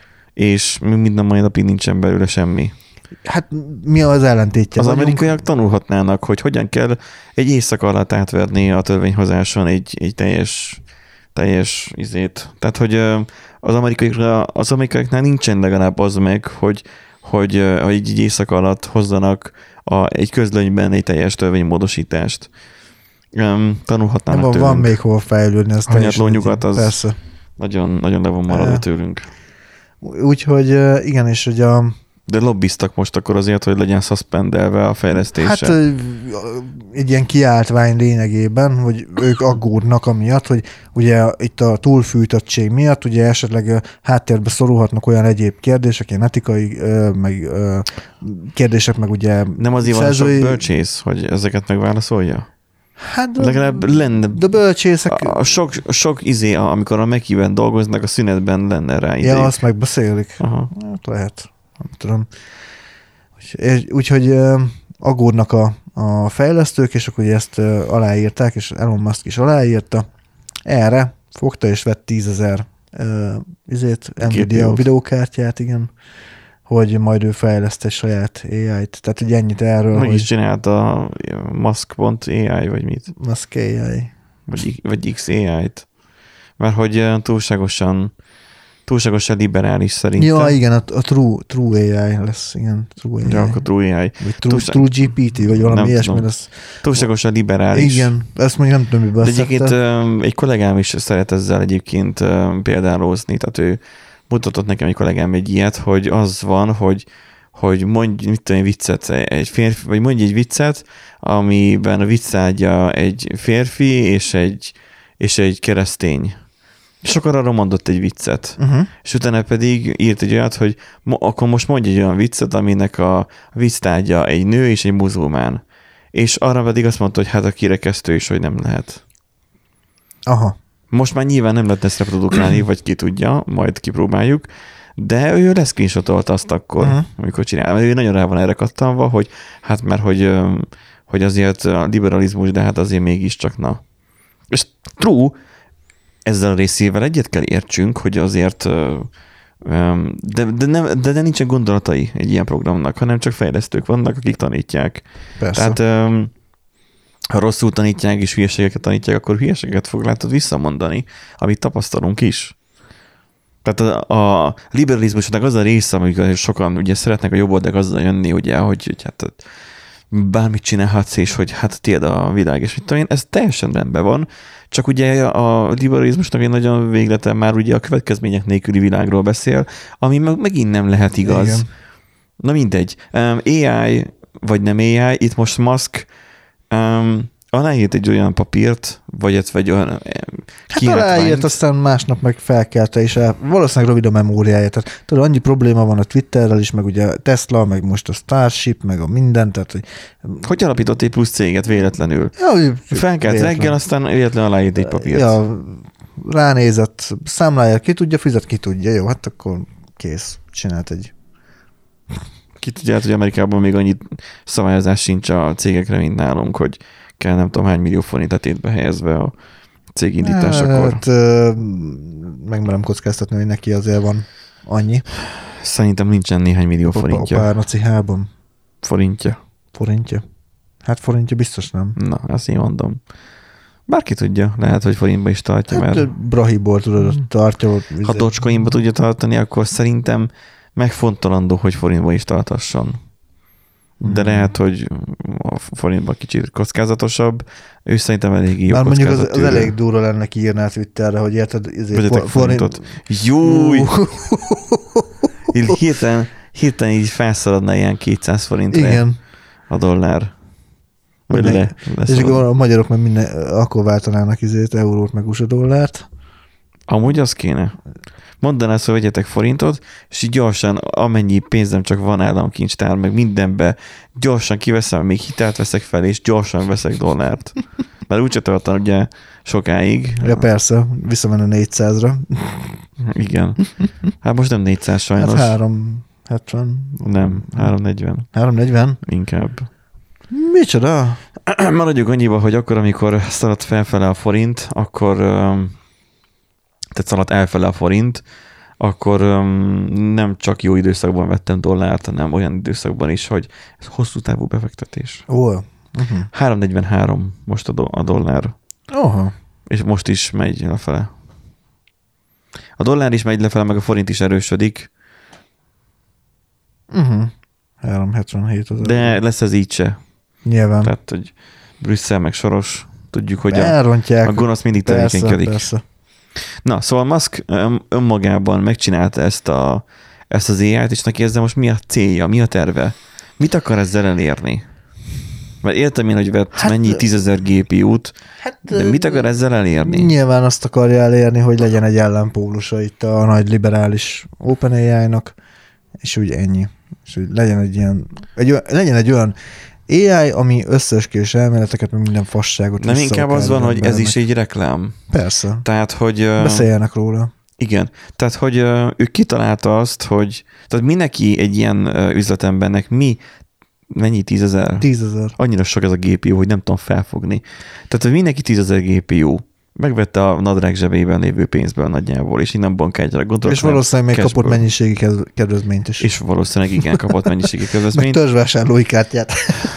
és minden mai napig nincsen belőle semmi. Hát mi az ellentétje? Az amerikaiak tanulhatnának, hogy hogyan kell egy éjszaka alatt átverni a törvényhozáson egy, egy teljes, teljes izét. Tehát, hogy az amerikaiaknál, az amerikaiaknál nincsen legalább az meg, hogy, hogy, hogy egy éjszaka alatt hozzanak a, egy közlönyben egy teljes törvénymódosítást. Um, tanulhatnának van, tőlünk. Van még hova fejlődni, az teljesen. Nyugat az persze. Nagyon, nagyon le van maradva e, tőlünk. Úgyhogy igen, és hogy a de lobbiztak most akkor azért, hogy legyen szaszpendelve a fejlesztése. Hát egy ilyen kiáltvány lényegében, hogy ők aggódnak amiatt, hogy ugye itt a túlfűtöttség miatt ugye esetleg háttérbe szorulhatnak olyan egyéb kérdések, ilyen etikai meg kérdések, meg ugye nem azért szerzői... van sok bölcsész, hogy ezeket megválaszolja? Hát legalább lenne. De bölcsészek... A, a sok, sok izé, amikor a Mekiben dolgoznak, a szünetben lenne rá idő. Ja, azt megbeszélik. Aha. Hát lehet. Nem tudom. Úgyhogy uh, aggódnak a, a fejlesztők, és akkor ezt uh, aláírták, és Elon Musk is aláírta. Erre fogta és vett tízezer uh, izét, Nvidia videókártyát, igen, hogy majd ő fejleszt egy saját á í-t. Tehát ugye ennyit erről, meg hogy... is csinálta Musk pont á i, vagy mit? Musk á i. Vagy, vagy X á í-t. Mert hogy túlságosan túlságosan liberális szerintem. Ja, igen, a, a True, true á i lesz, igen. True á i. Ja, akkor True á i. Vagy True, Túlság... true gé pé té, vagy valami ilyesmi lesz. Túlságosan liberális. Igen, ezt mondjuk nem tudom, miben de egyébként egy kollégám is szeret ezzel egyébként példálózni, tehát ő mutatott nekem egy kollégám egy ilyet, hogy az van, hogy hogy mondj, mit tudom, egy viccet, egy férfi, vagy mondj egy viccet, amiben a viccádja egy férfi és egy, és egy keresztény. És akkor arra mondott egy viccet. Uh-huh. És utána pedig írt egy olyat, hogy mo- akkor most mondj egy olyan viccet, aminek a vicctárgya egy nő és egy muzulmán. És arra pedig azt mondta, hogy hát a kirekesztő is, hogy nem lehet. Aha. Most már nyilván nem lehet ezt reprodukálni, vagy ki tudja, majd kipróbáljuk, de ő leszcreenshotolta azt akkor, uh-huh. amikor csinál. Mert ő nagyon rá van erre kattanva, hogy hát mert hogy, hogy azért a liberalizmus, de hát azért mégiscsak na. És true, ezzel a részével egyet kell értsünk, hogy azért de, de, nem, de, de nincsen gondolatai egy ilyen programnak, hanem csak fejlesztők vannak, akik tanítják. Persze. Tehát ha rosszul tanítják és hülyeségeket tanítják, akkor hülyeségeket fog látod visszamondani, amit tapasztalunk is. Tehát a, a liberalizmusnak az a része, amikor sokan ugye szeretnek a jobb oldalak azzal jönni, ugye, hogy, hogy hát bármit csinálhatsz, és hogy hát tiéd a világ, és mit tudom én, ez teljesen rendben van, csak ugye a liberalizmusnak egy nagyon véglete már ugye a következmények nélküli világról beszél, ami meg megint nem lehet igaz. Igen. Na mindegy. Um, á i vagy nem á i, itt most Musk um, aláírt egy olyan papírt, vagy egy olyan hát aláírt, aztán másnap meg felkelte, és el, valószínűleg rövid a memóriája. Tehát tudod, annyi probléma van a Twitterrel is, meg ugye a Tesla, meg most a Starship, meg a minden. Tehát, hogy... hogy alapított egy plusz céget véletlenül? Ja, felkelt véletlen. Reggel, aztán véletlenül aláírt egy papírt. Ja, ránézett, számlája, ki tudja, fizet, ki tudja. Jó, hát akkor kész. Csinált egy... Ki tudja, hogy Amerikában még annyi szabályozás sincs a cégekre, mint nálunk, hogy kell nem tudom hány millió forint tétbe helyezve a cégindításakor. Hát megmerem kockáztatni, hogy neki azért van annyi. Szerintem nincsen néhány millió forintja. A párnacihában. Forintja. Forintja? Hát forintja biztos nem. Na, azt én mondom. Bárki tudja, lehet, hogy forintba is tartja, hát, mert... Brahiból tudod, hmm. tartja. Ha Dogecoinba tudja tartani, akkor szerintem megfontolandó, hogy forintba is tartasson. De hmm. lehet, hogy a forintban kicsit kockázatosabb. Ő szerintem elég jó. Már mondjuk az, az elég durva lenne kiírni a Twitterre, hogy érted, ezért for, forintot. Júj! hirtelen, hirtelen így felszaladna ilyen kétszáz forintra. Igen. A dollár. Vagy le, és akkor a magyarok meg minden, akkor váltanának izét, eurót meg u es á dollárt. Amúgy az kéne. Mondd azt, hogy vegyetek forintot, és így gyorsan, amennyi pénzem csak van államkincstár, meg mindenbe, gyorsan kiveszem, még hitelt veszek fel, és gyorsan veszek dollárt. Mert úgyse tartan ugye sokáig. Ja persze, visszamenne négyszázra. Igen. Hát most nem négyszáz sajnos. Hát három hetven. Nem, három negyven. három negyven? Inkább. Micsoda? Maradjuk annyiba, hogy akkor, amikor szaladt felfele a forint, akkor tehát szaladt elfele a forint, akkor nem csak jó időszakban vettem dollárt, hanem olyan időszakban is, hogy ez hosszú távú befektetés. Ó. Oh. Uh-huh. három negyvenhárom most a, do- a dollár. Aha. És most is megy lefele. A dollár is megy lefele, meg a forint is erősödik. Uh-huh. három hetvenhét az. De lesz ez így se. Nyilván. Tehát, hogy Brüsszel meg Soros, tudjuk, hogy a, a gonosz mindig tevékenykedik. Persze. Na, szóval Musk önmagában megcsinálta ezt, a, ezt az á i-t, és neki ezzel most mi a célja, mi a terve? Mit akar ezzel elérni? Mert értem én, hogy vett hát, mennyi tízezer gé pé út, hát, de mit akar ezzel elérni? Nyilván azt akarja elérni, hogy legyen egy ellenpólusa itt a nagy liberális OpenAI-nak, és úgy ennyi. És hogy legyen egy ilyen, egy, legyen egy olyan á i, ami összeesküvés elméleteket, meg minden fasságot. Nem inkább az van, hogy ez is egy reklám. Persze. Tehát, hogy... Beszéljenek róla. Igen. Tehát, hogy ő kitalálta azt, hogy tehát mindenki egy ilyen üzletembernek mi mennyi tízezer? Tízezer. Annyira sok ez a gé pé u, hogy nem tudom felfogni. Tehát, hogy mindenki tízezer gé pé u megvette a nadrág zsebében lévő pénzből nagyjából, és innen bankkártyára gondolok. És valószínűleg még kapott mennyiségi kedvezményt is. És valószínűleg igen, kapott mennyiségi kedvezményt. Meg törzsvásárlói kártyát.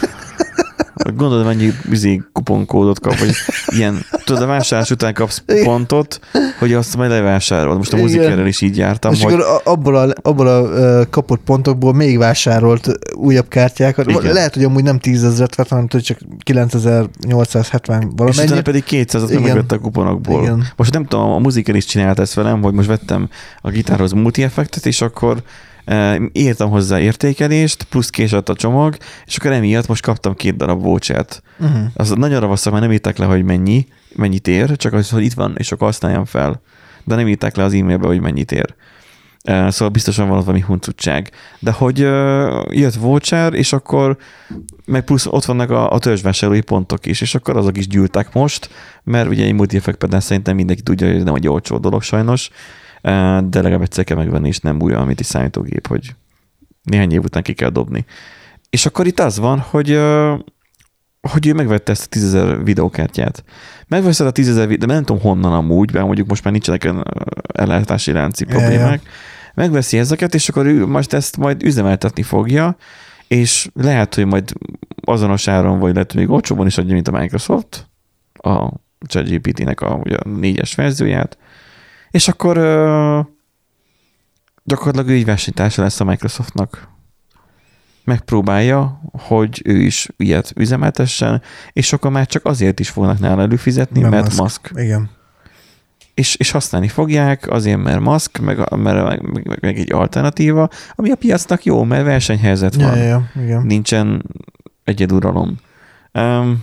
Gondolod, mennyi bizé kuponkódot kap, vagy ilyen, tudod, a vásárlás után kapsz pontot, hogy azt majd levásárolod. Most a Musikerrel is így jártam. És hogy... akkor abból a, abból a kapott pontokból még vásárolt újabb kártyákat. Igen. Lehet, hogy amúgy nem tízezret vett, hanem csak kilencezer-nyolcszázhetven valamennyi. És utána pedig kétszázat megvette a kuponokból. Igen. Most nem tudom, a Musiker is csinált ezt velem, hogy most vettem a gitárhoz multi-effektet, és akkor írtam hozzá értékelést, plusz késett a csomag, és akkor emiatt most kaptam két darab vouchert. Uh-huh. Az nagyon ravaszak, mert nem írták le, hogy mennyi, mennyit ér, csak az, hogy itt van, és akkor használjam fel. De nem írták le az e-mailbe, hogy mennyit ér. Szóval biztosan van valami huncutság. De hogy jött voucher, és akkor meg plusz ott vannak a, a törzsvásárlói pontok is, és akkor azok is gyűltek most, mert ugye egy multi-effekt pedál szerintem mindenki tudja, hogy ez nem egy olcsó dolog sajnos, de legalább egyszer kell megvenni, és nem újra, amit egy számítógép, hogy néhány év után ki kell dobni. És akkor itt az van, hogy hogy ő megvette ezt a tízezer videókártyát. Megveszed a tízezer videó, de nem tudom honnan amúgy, mert mondjuk most már nincsenek ellátási lánci problémák. Megveszi ezeket, és akkor ő most ezt majd üzemeltetni fogja, és lehet, hogy majd azonos áron, vagy lehet, hogy még olcsóban is adja, mint a Microsoft, a ChatGPT-nek a, ugye, a négyes verzióját, és akkor uh, gyakorlatilag ő így versenytársa lesz a Microsoftnak. Megpróbálja, hogy ő is ilyet üzemeltessen, és sokan már csak azért is fognak nála előfizetni, mert, mert Musk. Musk. Igen. És, és használni fogják, azért, mert Musk, meg, meg, meg, meg egy alternatíva, ami a piacnak jó, mert versenyhelyzet van. Ja, ja, igen. Nincsen egyeduralom. Um,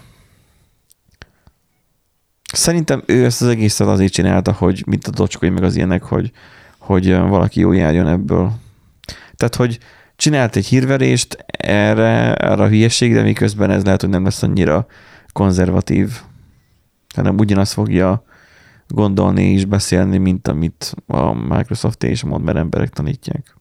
szerintem ő ezt az egészet azért csinálta, hogy mint a docskói, meg az ilyenek, hogy, hogy valaki jó járjon ebből. Tehát, hogy csinált egy hírverést erre, erre a hülyeségre, miközben ez lehet, hogy nem lesz annyira konzervatív, hanem ugyanazt fogja gondolni és beszélni, mint amit a Microsoft és a modern emberek tanítják.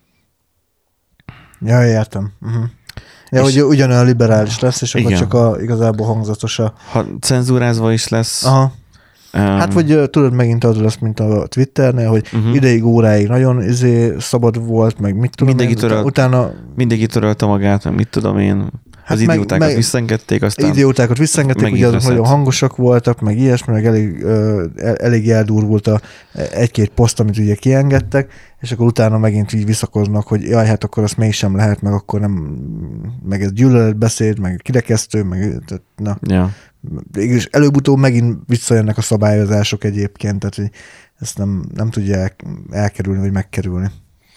Ja, értem. Uh-huh. Ja, hogy ugyanolyan liberális lesz, és akkor igen. Csak a, igazából hangzatos a... Ha cenzúrázva is lesz. Aha. Um, hát vagy tudod, megint az lesz, mint a Twitternél, hogy uh-huh. ideig, óráig nagyon izé szabad volt, meg mit tudom mindenki én, törölt, utána... Mindenki törölte magát, meg mit tudom én. Az hát idiótákat meg, visszaengedték, aztán... Idiótákat visszaengedték, ugye azok nagyon hangosak voltak, meg ilyesmi, meg elég, elég eldurvult a egy-két poszt, amit ugye kiengedtek, és akkor utána megint így visszakoznak, hogy jaj, hát akkor azt mégsem lehet, meg akkor nem, meg ez gyűlöletbeszéd, meg kirekesztő, meg na. Ja. És előbb-utóbb megint visszajönnek a szabályozások egyébként, tehát hogy ezt nem, nem tudja elkerülni, vagy megkerülni.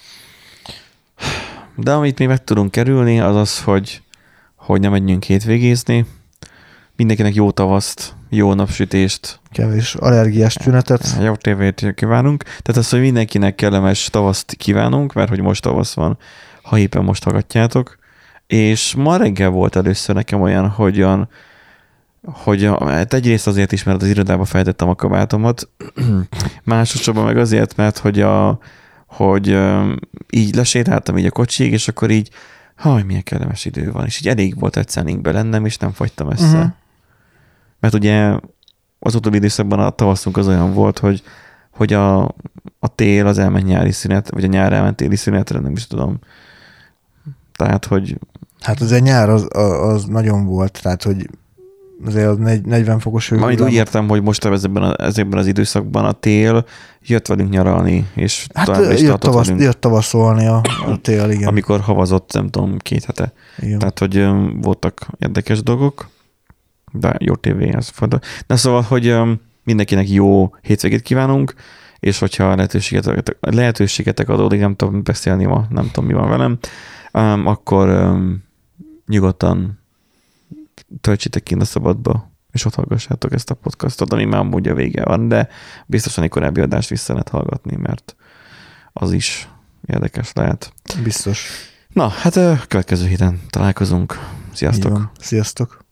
De amit mi meg tudunk kerülni, az az, hogy hogy nem menjünk hétvégézni. Mindenkinek jó tavaszt, jó napsütést. Kevés allergiás tünetet. Jó tévét kívánunk. Tehát az, hogy mindenkinek kellemes tavaszt kívánunk, mert hogy most tavasz van, ha éppen most hallgatjátok. És ma reggel volt először nekem olyan, hogy, olyan, hogy hát egyrészt azért is, mert az irodába feltettem a kabátomat, másodszorban meg azért, mert hogy, a, hogy így lesétáltam így a kocsig, és akkor így haj, milyen kellemes idő van, és így elég volt egy szeningbe lennem, és nem fagytam össze. Uh-huh. Mert ugye az utóbbi időszakban a tavaszunk az olyan volt, hogy, hogy a, a tél az elment nyári szünet, vagy a nyár elment téli szünetre, nem is tudom. Tehát, hogy... Hát azért nyár az, az nagyon volt, tehát, hogy azért az negyven fokos hő. Majd úgy értem, hogy most ezekben, a, ezekben az időszakban a tél jött velünk nyaralni, és hát tovább is jött, tavasz, velünk, jött tavaszolni a, a tél, igen. Amikor havazott, nem tudom, két hete. Igen. Tehát, hogy um, voltak érdekes dolgok, de jó tévé, ez fontos. Na szóval, hogy um, mindenkinek jó hétvégét kívánunk, és hogyha lehetőségetek, lehetőségetek adódik, nem tudom beszélni ma, nem tudom, mi van velem, um, akkor um, nyugodtan töltsétek ki a szabadba, és ott hallgassátok ezt a podcastot, ami már amúgy a vége van, de biztosan egy korábbi adást vissza lehet hallgatni, mert az is érdekes lehet. Biztos. Na, hát a következő héten találkozunk. Sziasztok! Sziasztok!